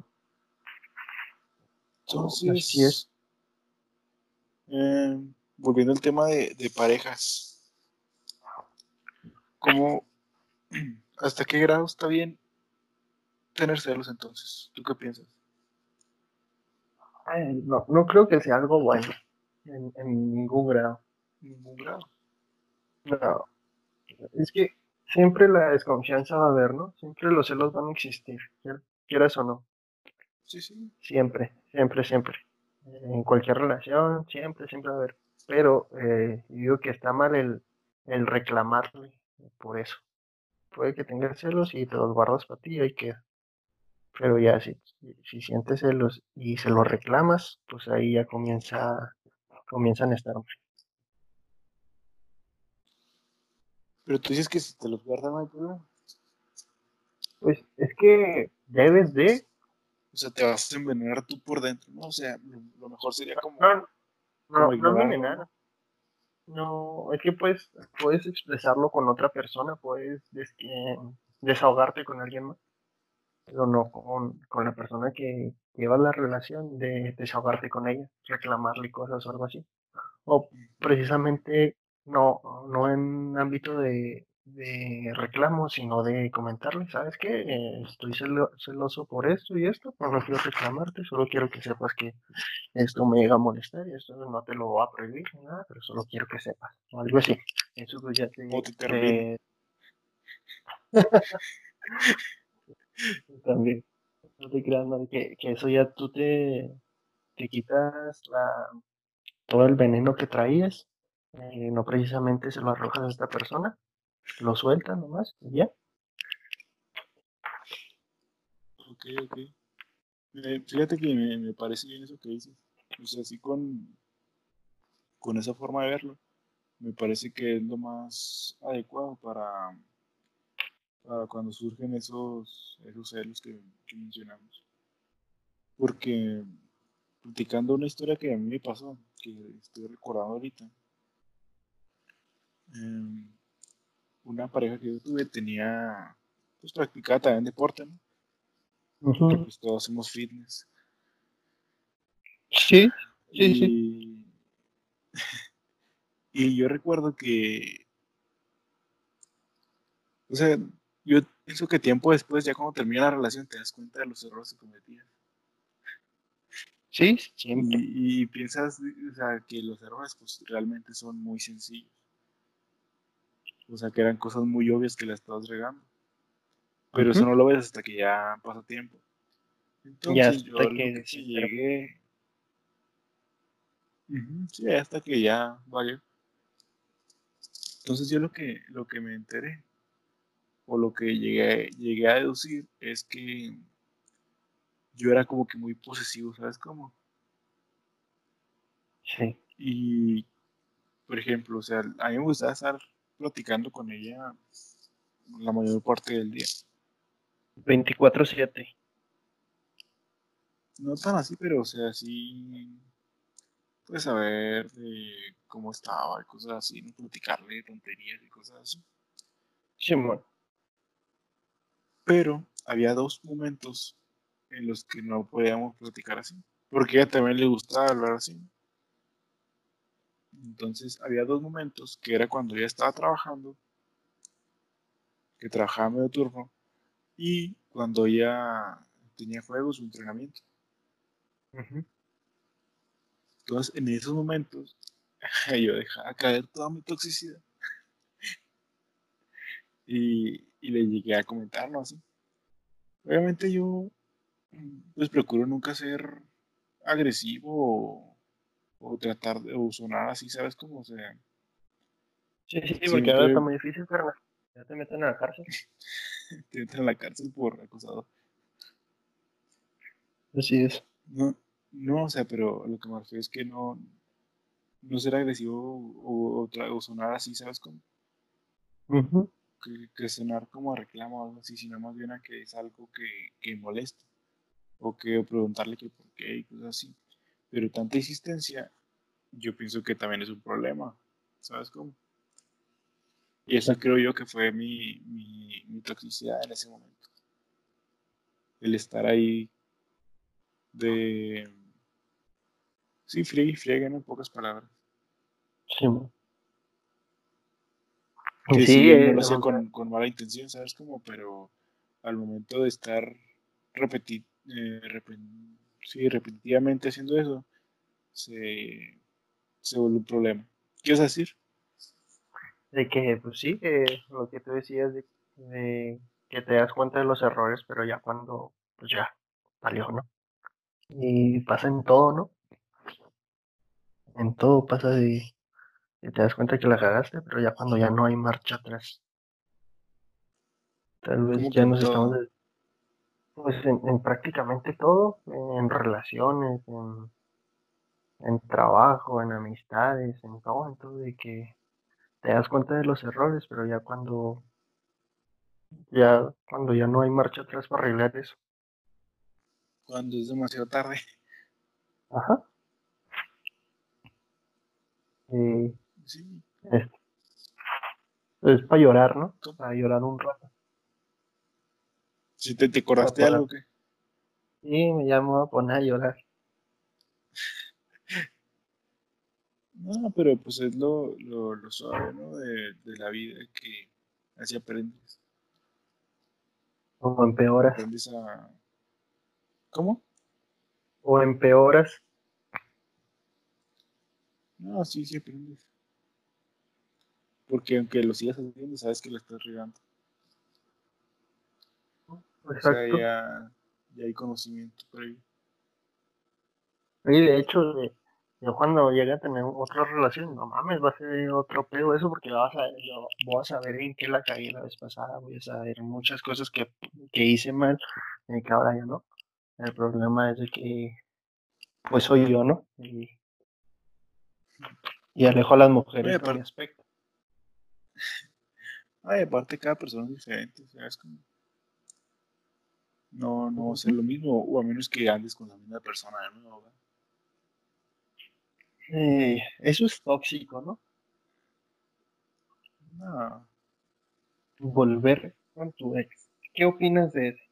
Así es. Entonces, eh, volviendo al tema de, de parejas, ¿cómo, hasta qué grado está bien tener celos entonces? ¿Tú qué piensas? Ay, no, no creo que sea algo bueno en, en ningún grado. Ningún grado. No, es que siempre la desconfianza va a haber, ¿no? Siempre los celos van a existir, quier- quieras o no. Sí, sí. Siempre, siempre, siempre. En cualquier relación, siempre, siempre va a haber. Pero eh, yo digo que está mal el, el reclamarle por eso. Puede que tengas celos y te los guardas para ti y ahí queda. Pero ya si, si sientes celos y se los reclamas, pues ahí ya comienza, comienzan a estar mal. Pero tú dices que si te los guardan no hay problema. Pues es que debes de, O sea, te vas a envenenar tú por dentro, ¿no? O sea, lo, lo mejor sería como, no, como no, no ignorarlo, envenenar. ¿no? No, es que puedes, puedes expresarlo con otra persona, puedes des- que- desahogarte con alguien más, pero no con, con la persona que lleva la relación de desahogarte con ella, reclamarle cosas o algo así. O precisamente no, no en ámbito de, de reclamo, sino de comentarle, ¿sabes qué? Eh, estoy celo- celoso por esto y esto, pero no quiero reclamarte, solo quiero que sepas que esto me llega a molestar y esto no te lo voy a prohibir ni nada, pero solo quiero que sepas, o algo así. Eso pues ya O te, te termino. te- También. No te creas, no, que, que eso ya tú te, te quitas la, todo el veneno que traías, eh, no precisamente se lo arrojas a esta persona, lo sueltas nomás y ya. Ok, ok. Eh, fíjate que me, me parece bien eso que dices. O sea, así con, con esa forma de verlo, me parece que es lo más adecuado para, para cuando surgen esos, esos celos que, que mencionamos. Porque platicando una historia que a mí me pasó, que estoy recordando ahorita, eh, una pareja que yo tuve tenía, pues practicaba también deporte, ¿no? Porque Ujú. pues todos hacemos fitness. Sí, sí, sí. Y, y yo recuerdo que, o sea, yo pienso que tiempo después, ya cuando termina la relación, te das cuenta de los errores que cometías. Sí, siempre. Y, y piensas, o sea, que los errores pues realmente son muy sencillos. O sea, que eran cosas muy obvias que la estabas regando. Pero eso Ujú. no lo ves hasta que ya pasa tiempo. Ya Entonces yo hasta lo que que se enteró. llegué, ujú, sí, hasta que ya valió. Entonces yo lo que, lo que me enteré, o lo que llegué, llegué a deducir, es que yo era como que muy posesivo, ¿sabes cómo? Sí. Y, por ejemplo, o sea, a mí me gustaba estar platicando con ella la mayor parte del día. Veinticuatro siete. No tan así, pero, o sea, sí, pues saber de cómo estaba y cosas así, no platicarle de tonterías y cosas así. Simón. Pero había dos momentos en los que no podíamos platicar así, porque a ella también le gustaba hablar así. Entonces había dos momentos que era cuando ella estaba trabajando, que trabajaba medio turno, y cuando ella tenía juegos o entrenamiento. Ujú. Entonces en esos momentos yo dejaba caer toda mi toxicidad y, y le llegué a comentar, ¿no? Así. Obviamente yo pues procuro nunca ser agresivo o, o tratar de o sonar así, ¿sabes? Como, o sea, Sí, sí, porque ahora está siempre muy difícil, pero ya te meten a la cárcel. te entran a la cárcel por acusado. Así es. No, no, o sea, pero lo que me refiero es que no, no ser agresivo o, o, tra- o sonar así, ¿sabes? Como Ujú. que, que sonar como a reclamo o algo así, sino más bien a que es algo que, que molesta o que o preguntarle que por qué y cosas así. Pero tanta insistencia, yo pienso que también es un problema, ¿sabes cómo? Y eso creo yo que fue mi, mi, mi toxicidad en ese momento. El estar ahí de, sí, friegue y friegue, ¿no? En pocas palabras. Simón. Y Que si sí, bien no eh, lo hacía o sea, con, con mala intención, ¿sabes cómo? Pero al momento de estar repeti eh, repen- sí, repetitivamente haciendo eso, se, se vuelve un problema. ¿Qué vas a decir? de que, pues sí, eh, lo que tú decías de, de que te das cuenta de los errores, pero ya cuando, pues ya, salió, ¿no? Y pasa en todo, ¿no? En todo pasa de que te das cuenta que la cagaste, pero ya cuando ya no hay marcha atrás. Tal vez ¿Cómo que ya en nos estamos, todo? des- pues en, en prácticamente todo, en relaciones, en, en trabajo, en amistades, en todo, en todo, de que te das cuenta de los errores, pero ya cuando, ya, cuando ya no hay marcha atrás para arreglar eso. Cuando es demasiado tarde. Ajá. Y Sí. es, es para llorar, ¿no? ¿Cómo? Para llorar un rato. Si te, te Para acordaste de poner, algo que... y me llamo a poner a llorar. No, pero pues es lo, lo, lo suave, ¿no? De, de la vida que así aprendes. O empeoras. Aprendes a... ¿Cómo? O empeoras. No, sí, sí aprendes. Porque aunque lo sigas haciendo, sabes que lo estás regando. O sea, Exacto. ya, ya hay conocimiento previo. Y de hecho, de- yo cuando llegue a tener otra relación, no mames, va a ser otro pedo eso porque vas a, yo voy a saber en qué la cagué la vez pasada, voy a saber muchas cosas que, que hice mal y que ahora ya no. El problema es de que, pues soy yo, ¿no? Y, y alejo a las Oye, mujeres con mi aparte, aspecto. ay, aparte cada persona es diferente, o sea, es como, no, no va a ser Ujú. lo mismo, o a menos que andes con la misma persona de nuevo, ¿verdad? Eh, eso es tóxico, ¿no? No, Volver con tu ex. ¿Qué opinas de eso?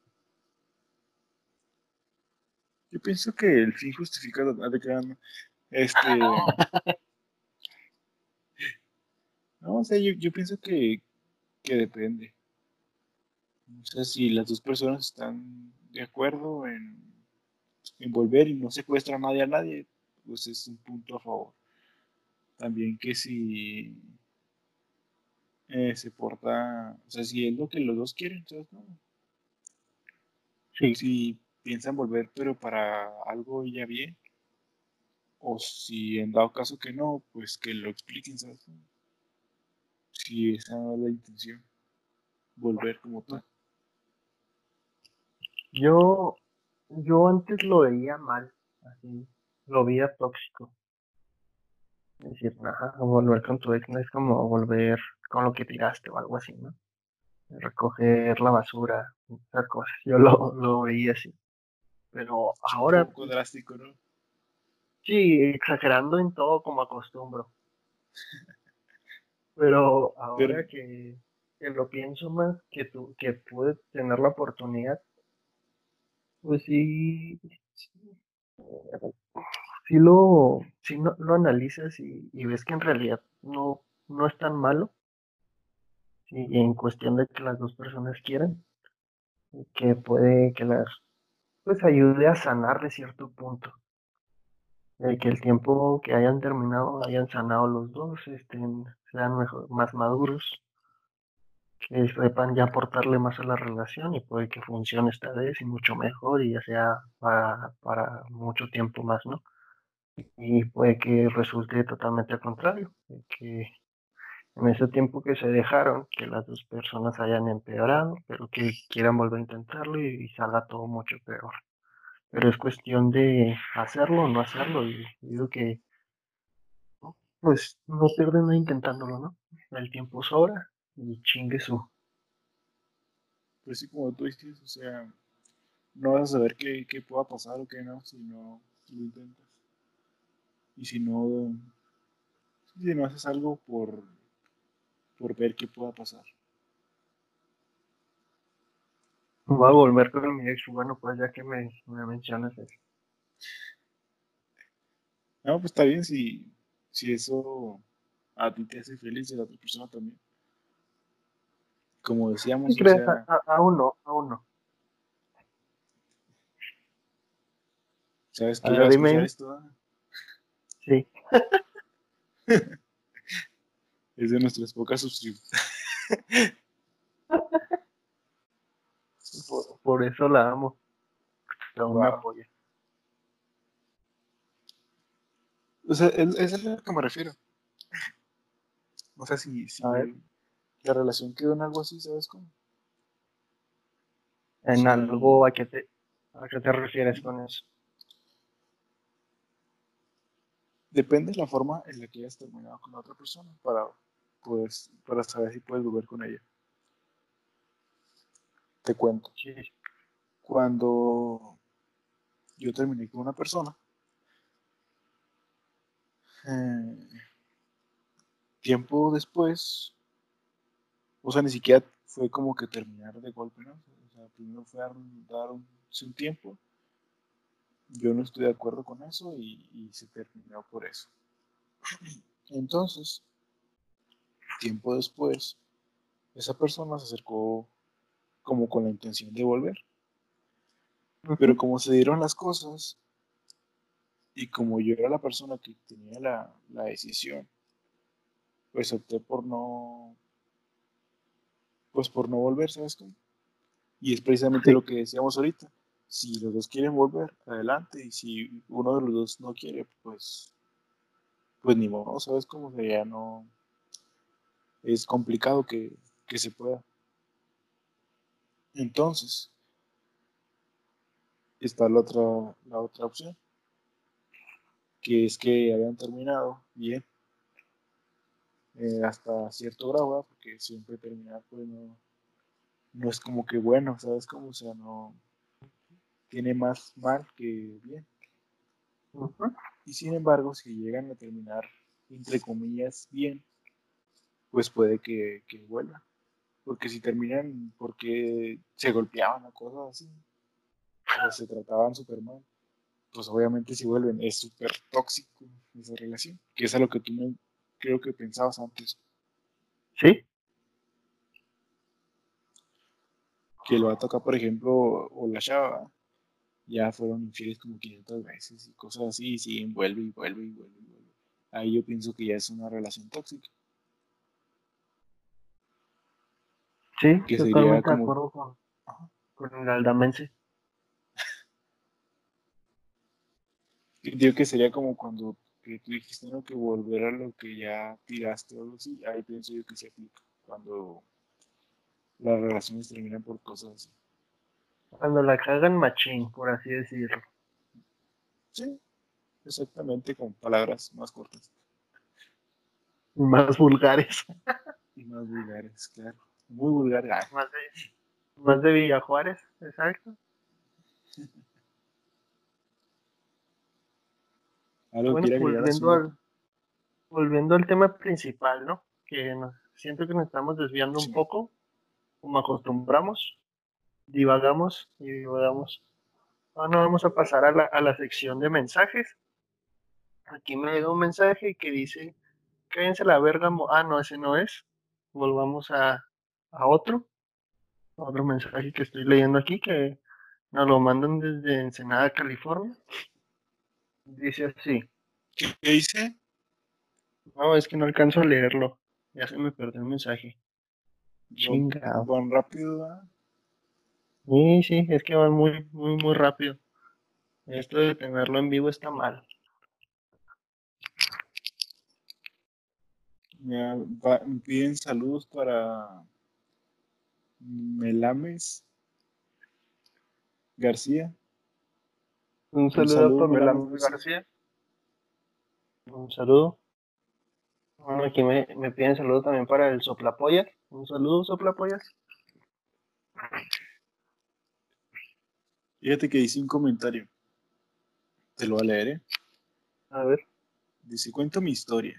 yo pienso que el fin justifica la de cada uno. Este, no, o sea, yo, yo pienso que, que depende. O sea, si las dos personas están de acuerdo en, en volver y no secuestra a nadie a nadie, pues es un punto a favor. También que si eh, se porta, o sea, si es lo que los dos quieren, entonces no. Sí, Si piensan volver, pero para algo ya bien, o si en dado caso que no, pues que lo expliquen, ¿sabes? Si esa no es la intención, volver como tal. yo, yo antes lo veía mal, así, lo veía tóxico. Es decir, ajá, volver con tu ex no es como volver con lo que tiraste o algo así, ¿no? Recoger la basura, esas cosas. Yo lo, lo veía así. Pero Es un ahora, poco pues, drástico, ¿no? sí, exagerando en todo como acostumbro. Pero Pero, ahora que, que lo pienso más, que tú, que pude tener la oportunidad, pues sí, sí lo, sí no- lo analizas y, y ves que en realidad no, no es tan malo, sí, en cuestión de que las dos personas quieran, y que puede que las, pues ayude a sanar de cierto punto, de que el tiempo que hayan terminado hayan sanado los dos, estén, sean mejor, más maduros, que sepan ya aportarle más a la relación y puede que funcione esta vez y mucho mejor y ya sea para, para mucho tiempo más, ¿no? Y puede que resulte totalmente al contrario, de que en ese tiempo que se dejaron, que las dos personas hayan empeorado, pero que quieran volver a intentarlo y, y salga todo mucho peor. Pero es cuestión de hacerlo o no hacerlo y digo que pues no pierden nada intentándolo, ¿no? El tiempo sobra y chingue su. pues sí, como tú dices, o sea, no vas a saber qué, qué pueda pasar o qué no si no lo intentas. Y si no, si no haces algo por, por ver qué pueda pasar. Voy a volver con mi ex, bueno, pues ya que me, me mencionas eso. No, pues está bien si, si eso a ti te hace feliz y a la otra persona también. Como ¿Qué decíamos, o crees? A- sea, a- aún no, aún no. sabes A que ella va ver, a escuchar dime, esto, ¿ah? sí, Es de nuestras pocas suscripciones. por, por eso la amo, que aún me Wow. apoya. O sea, es, es a lo que me refiero. O sea, si, A ver, si la relación quedó en algo así, ¿sabes cómo? en algo Si a qué te, a qué te refieres con eso. depende de la forma en la que hayas terminado con la otra persona para, pues, para saber si puedes volver con ella. Te cuento. Sí, Cuando yo terminé con una persona, eh, tiempo después, o sea, ni siquiera fue como que terminar de golpe, ¿no? O sea, primero fue dar un, dar un, un tiempo, yo no estoy de acuerdo con eso y, y se terminó por eso. Entonces, tiempo después, esa persona se acercó como con la intención de volver, pero ujú, como se dieron las cosas y como yo era la persona que tenía la, la decisión, pues opté por no, pues por no volver, ¿sabes cómo? Y es precisamente Sí. lo que decíamos ahorita. Si los dos quieren volver, adelante. Y si uno de los dos no quiere, pues, pues ni modo, ¿sabes cómo sería? No, es complicado que, que se pueda. Entonces, está la otra, la otra opción, que es que hayan terminado bien, eh, hasta cierto grado, ¿verdad? Porque siempre terminar, pues no, no es como que bueno, ¿sabes cómo? O sea, no tiene más mal que bien. Ujú. Y sin embargo, si llegan a terminar, entre comillas, bien, pues puede que, que vuelvan. Porque si terminan porque se golpeaban o cosas así, o se trataban súper mal, pues obviamente si vuelven es súper tóxico esa relación, que es a lo que tú me, creo que pensabas antes, Sí, que el vato acá, por ejemplo, o la chava, ya fueron infieles como quinientas veces y cosas así, y siguen, vuelve y vuelve y vuelve y vuelve. Ahí yo pienso que ya es una relación tóxica, sí, que sería totalmente de como, acuerdo con, ajá, con el aldamense. digo que sería como cuando que tú dijiste, ¿no? Que volver a lo que ya tiraste o algo así, ahí pienso yo que se aplica, cuando las relaciones terminan por cosas así. Cuando la cagan machín, por así decirlo. Sí, exactamente, con palabras más cortas Más vulgares. y más vulgares, claro. Muy vulgar. Ah, Más de, más de Villa Juárez, exacto. algo Bueno, quiere agregar a su volviendo nota. al, volviendo al tema principal, ¿no? Que nos, siento que nos estamos desviando un Simón. poco, como acostumbramos, divagamos y divagamos. Ahora vamos a pasar a la, a la sección de mensajes. Aquí me llega un mensaje que dice, cállense la verga, mo-". Ah, no, ese no es. Volvamos a, a otro, a otro mensaje que estoy leyendo aquí, que nos lo mandan desde Ensenada, California. Dice así, ¿Qué dice? no, es que no alcanzo a leerlo. Ya se me perdió el mensaje. Van, Chingado. van rápido, ¿verdad? Sí, sí, es que van muy, muy, muy rápido. Esto de tenerlo en vivo está mal. Me, va- me piden saludos para Melames García. Un Un saludo a saludo, Pamela Melames García. García. Un saludo. Bueno, aquí me, me piden saludo también para el Soplapoyas. Un saludo, Soplapoyas. Fíjate que hice un comentario. Te lo voy a leer, ¿eh? A ver, Dice, cuento mi historia.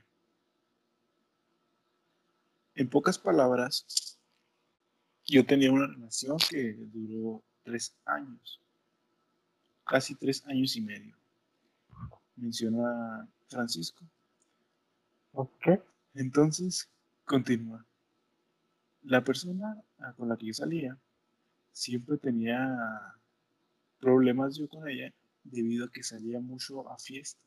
En pocas palabras, yo tenía una relación que duró tres años, casi tres años y medio, menciona Francisco. ok, Entonces, continúa. La persona con la que yo salía siempre tenía problemas yo con ella debido a que salía mucho a fiestas,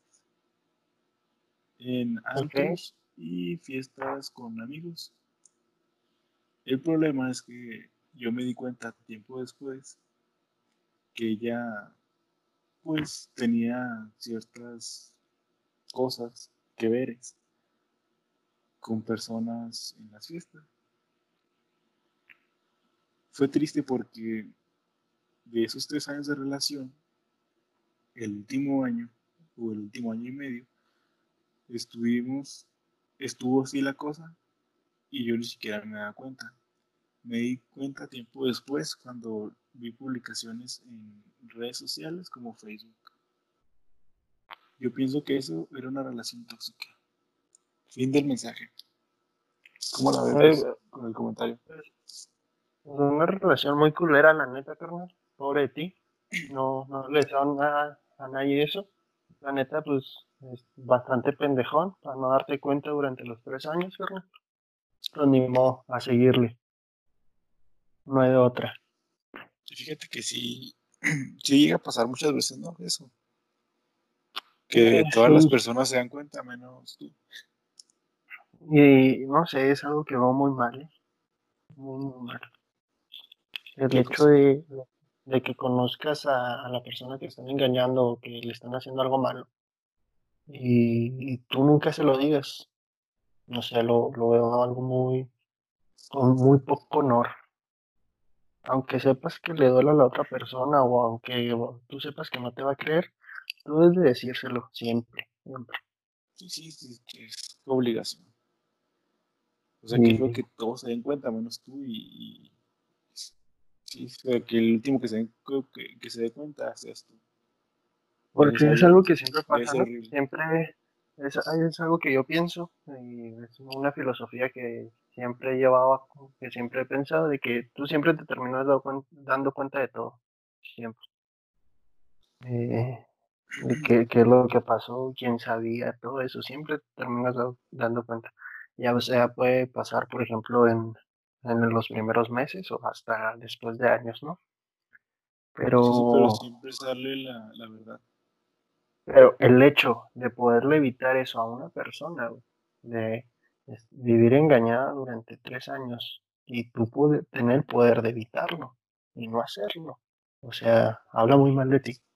en ok, antros y fiestas con amigos. El problema es que yo me di cuenta tiempo después que ella pues tenía ciertas cosas que ver con personas en las fiestas. Fue triste porque de esos tres años de relación, el último año o el último año y medio, estuvimos, estuvo así la cosa y yo ni siquiera me daba cuenta. Me di cuenta tiempo después cuando vi publicaciones en redes sociales como Facebook. Yo pienso que eso era una relación tóxica. Fin del mensaje. ¿Cómo la ves Ay, vos con el comentario? es una relación muy culera, la neta, carnal. Pobre de ti. No, no le deseo nada a nadie eso. La neta, pues, es bastante pendejón para no darte cuenta durante los tres años, carnal. Pero ni modo, a seguirle. No hay de otra. Fíjate que sí, sí llega a pasar muchas veces, ¿no? Eso. Que Eh, todas las sí, personas se dan cuenta, menos tú. y no sé, es algo que va muy mal, ¿eh? Muy, muy mal. El ¿Qué hecho cosa? de, de que conozcas a, a la persona que están engañando o que le están haciendo algo malo y, y tú nunca se lo digas, no sé, lo, lo veo algo muy, con muy poco honor. Aunque sepas que le duele a la otra persona o aunque tú sepas que no te va a creer, tú debes de decírselo siempre, siempre. Sí, sí, sí, que es tu obligación. O sea, que es lo Y que todos se den cuenta, menos tú y, y sí, o sea, que el último que se, den cu- que, que se dé cuenta seas tú. Eso es porque es algo algo, que siempre debe pasa, ser ¿no? horrible. Siempre es, es algo que yo pienso y es una filosofía que siempre he llevado, a- que siempre he pensado de que tú siempre te terminas dado cuen- dando cuenta de todo, siempre. Eh, de qué, qué es lo que pasó, quién sabía, todo eso, siempre te terminas dado- dando cuenta. Ya o sea, puede pasar, por ejemplo, en, en los primeros meses o hasta después de años, ¿no? Pero, Sí, sí, pero siempre sale la, la verdad. pero el hecho de poderle evitar eso a una persona, güey, de, es- vivir engañada durante tres años y tú puedes tener el poder de evitarlo y no hacerlo, o sea, habla muy mal de ti.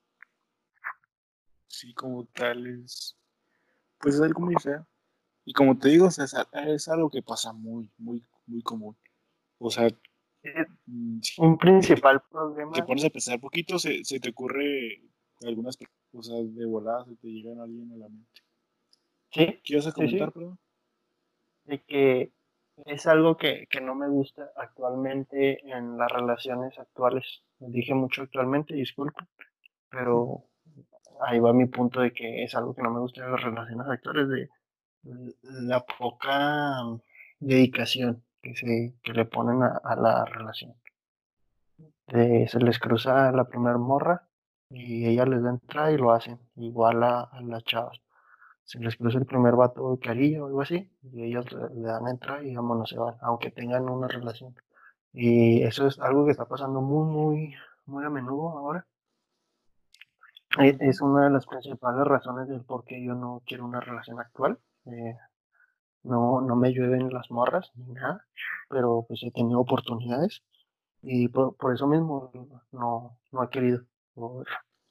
Sí, como tal es, pues es algo muy feo. Y como te digo, o sea, es, a- es algo que pasa muy, muy, muy común. O sea, Eh, mm, si Un te, principal te problema, pones a pensar poquito, se, se te ocurre algunas cosas de volada, se te llegan a alguien a la mente. sí, ¿Qué ibas a sí, comentar, sí, perdón? de que es algo que, que no me gusta actualmente en las relaciones actuales. Dije mucho actualmente, disculpa, pero ahí va mi punto de que es algo que no me gusta en las relaciones actuales, de la poca dedicación que, se, que le ponen a, a la relación. De- se les cruza la primer morra y ella les da entrada y lo hacen, igual a, a las chavas. Se les cruza el primer vato de carillo o algo así, y ellos le, le dan entrada y vámonos, se van, aunque tengan una relación. Y eso es algo que está pasando muy, muy, muy a menudo ahora. E- Ujú. Es una de las principales razones del por qué yo no quiero una relación actual. Eh, no, no me llueven las morras ni nada, pero pues he tenido oportunidades y por, por eso mismo no, no he querido. Por-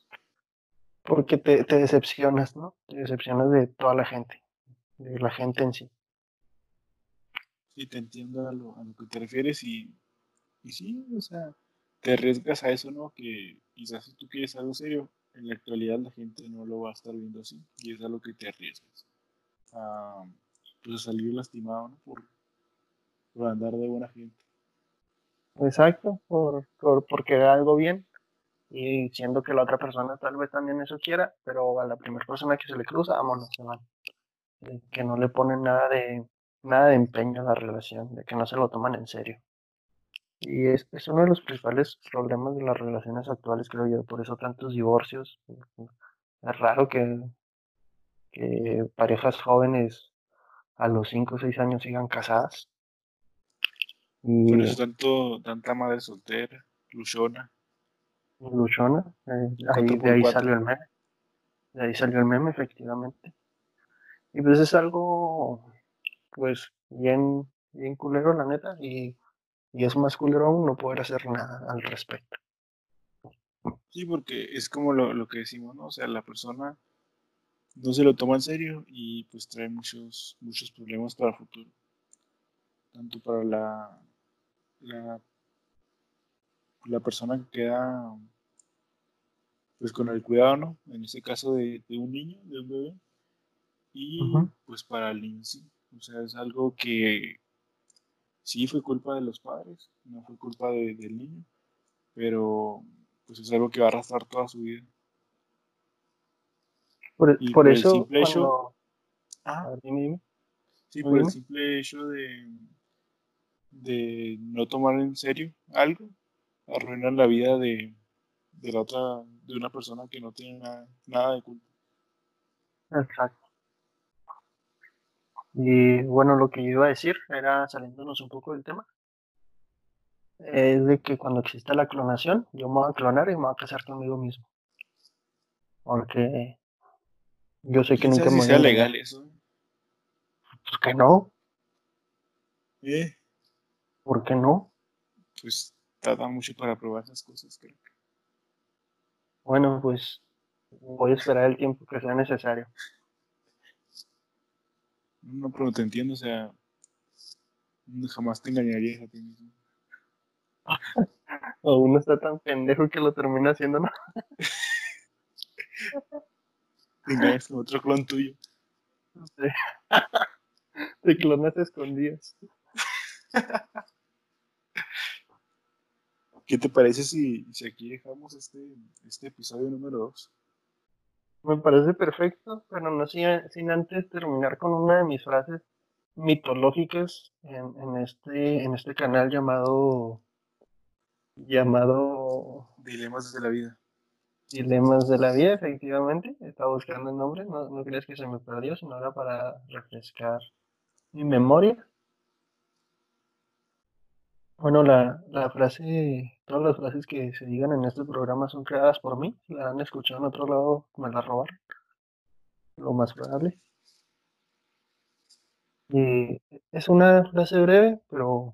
porque te, te decepcionas, ¿no? Te decepcionas de toda la gente, de la gente en sí. Sí, te entiendo a lo, a lo que te refieres y, y sí, o sea, te arriesgas a eso, ¿no? Que quizás si tú quieres algo serio, en la actualidad la gente no lo va a estar viendo así y es a lo que te arriesgas. A, pues a salir lastimado, ¿no? Por, por andar de buena gente. Exacto, por, por, por querer algo bien y siendo que la otra persona tal vez también eso quiera, pero a la primera persona que se le cruza, vámonos, se van. Eh, Que no le ponen nada de, nada de empeño a la relación, de que no se lo toman en serio. Y es, es uno de los principales problemas de las relaciones actuales, creo yo, por eso tantos divorcios. Es raro que, que parejas jóvenes a los cinco o seis años sigan casadas. Por Y eso tanto, tanta madre soltera, luchona, luchona, eh, ahí, cuatro de por ahí cuatro salió el meme, de ahí salió el meme, efectivamente. Y pues es algo, pues, bien, bien culero, la neta, y, y es más culero aún no poder hacer nada al respecto. Sí, porque es como lo, lo que decimos, ¿no? O sea, la persona no se lo toma en serio y pues trae muchos, muchos problemas para el futuro. Tanto para la, la, la persona que queda pues con el cuidado, ¿no? En este caso de, de un niño, de un bebé, y Ujú. pues para el niño sí. O sea, es algo que sí fue culpa de los padres, no fue culpa de- del niño, pero pues es algo que va a arrastrar toda su vida. Por, Y por por el eso, simple hecho, cuando, a ah, ver, dime, dime, sí, no, por el dime. simple hecho de, de no tomar en serio algo, arruinar la vida de, de la otra, de una persona que no tiene nada, nada de culpa. Exacto. Y bueno, lo que yo iba a decir era, saliéndonos un poco del tema, es de que cuando exista la clonación, yo me voy a clonar y me voy a casar conmigo mismo. Porque yo sé que ¿Quién nunca sabe me si voy a sea engañar. legal eso? Pues que no, Eh, ¿por qué no? pues tarda mucho para probar esas cosas, creo. Bueno, pues voy a esperar el tiempo que sea necesario. No, pero no te entiendo, o sea, jamás te engañarías a ti mismo. O uno está tan pendejo que lo termina haciendo, ¿no? Te engañas con otro clon tuyo. De, de clonas escondidas. ¿Qué te parece si, si aquí dejamos este, este episodio número dos? Me parece perfecto, pero no sin, sin antes terminar con una de mis frases mitológicas en, en este, en este canal llamado, llamado Dilemas de la vida. Dilemas de la Vida, efectivamente. Estaba buscando el nombre, no, no crees que se me perdió, sino era para refrescar mi memoria. Bueno, la, la frase, todas las frases que se digan en este programa son creadas por mí. Si la han escuchado en otro lado, me la robaron, lo más probable. Y es una frase breve, pero,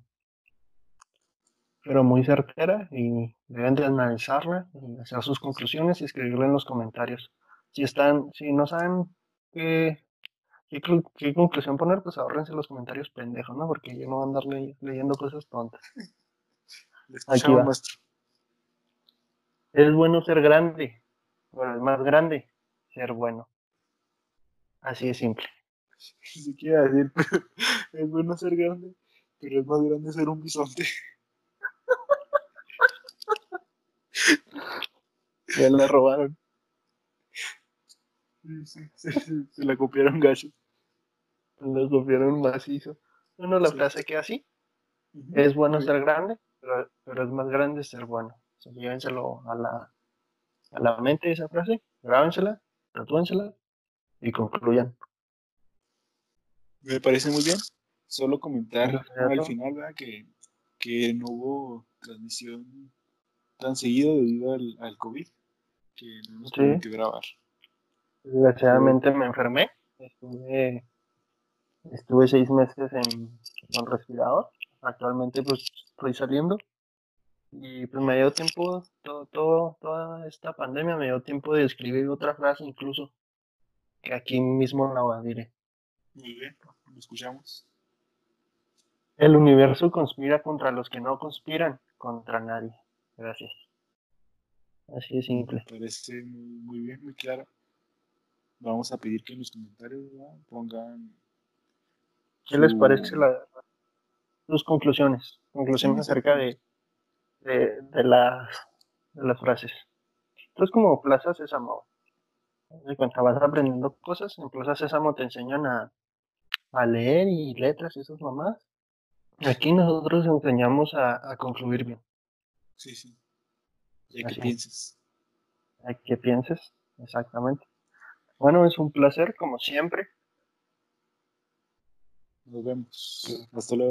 pero muy certera y deben de analizarla y hacer sus conclusiones y escribirla en los comentarios. Si están, si no saben qué, qué, clu- qué conclusión poner, pues ahórrense los comentarios pendejos, ¿no? Porque yo no voy a andar le- leyendo cosas tontas. Le Aquí escuchamos, va. maestro. Es bueno ser grande, pero es más grande ser bueno. Así de simple. Si quiere decir, pero es bueno ser grande, pero es más grande ser un bisonte. Me la robaron. Sí, sí, se, se- se la copiaron gacho. Me la copiaron macizo. Bueno, la Sí. frase queda así. Ujú. Es bueno Muy bien. ser grande, pero, pero es más grande ser bueno. O sea, llévenselo a la, a la mente esa frase, grábensela, tatúensela y concluyan. Me parece muy bien. Solo comentar Eso sería al todo. final, ¿verdad? Que, que no hubo transmisión tan seguido debido al, al COVID, que no nos Sí, permitió grabar. Pero desgraciadamente me enfermé. Estuve, estuve seis meses en, con respirador. Actualmente pues estoy saliendo. Y pues me dio tiempo, todo, todo, toda esta pandemia me dio tiempo de escribir otra frase incluso, que aquí mismo la diré. muy bien, lo escuchamos. El universo conspira contra los que no conspiran contra nadie. Gracias. Así de Me simple. parece muy, muy bien, muy claro. Vamos a pedir que en los comentarios, ¿verdad? Pongan ¿Qué les parece su... la- sus conclusiones? Sí, Conclusiones acerca exactamente. de, de, de las, de las frases. Esto es como Plaza Sésamo. Haz de cuenta, vas aprendiendo cosas. En Plaza Sésamo te enseñan a, a leer y letras y esas mamás. Aquí nosotros enseñamos a, a concluir bien. Sí, sí. Ya que Así, pienses. a que pienses, exactamente. Bueno, es un placer, como siempre. Nos vemos. Hasta luego.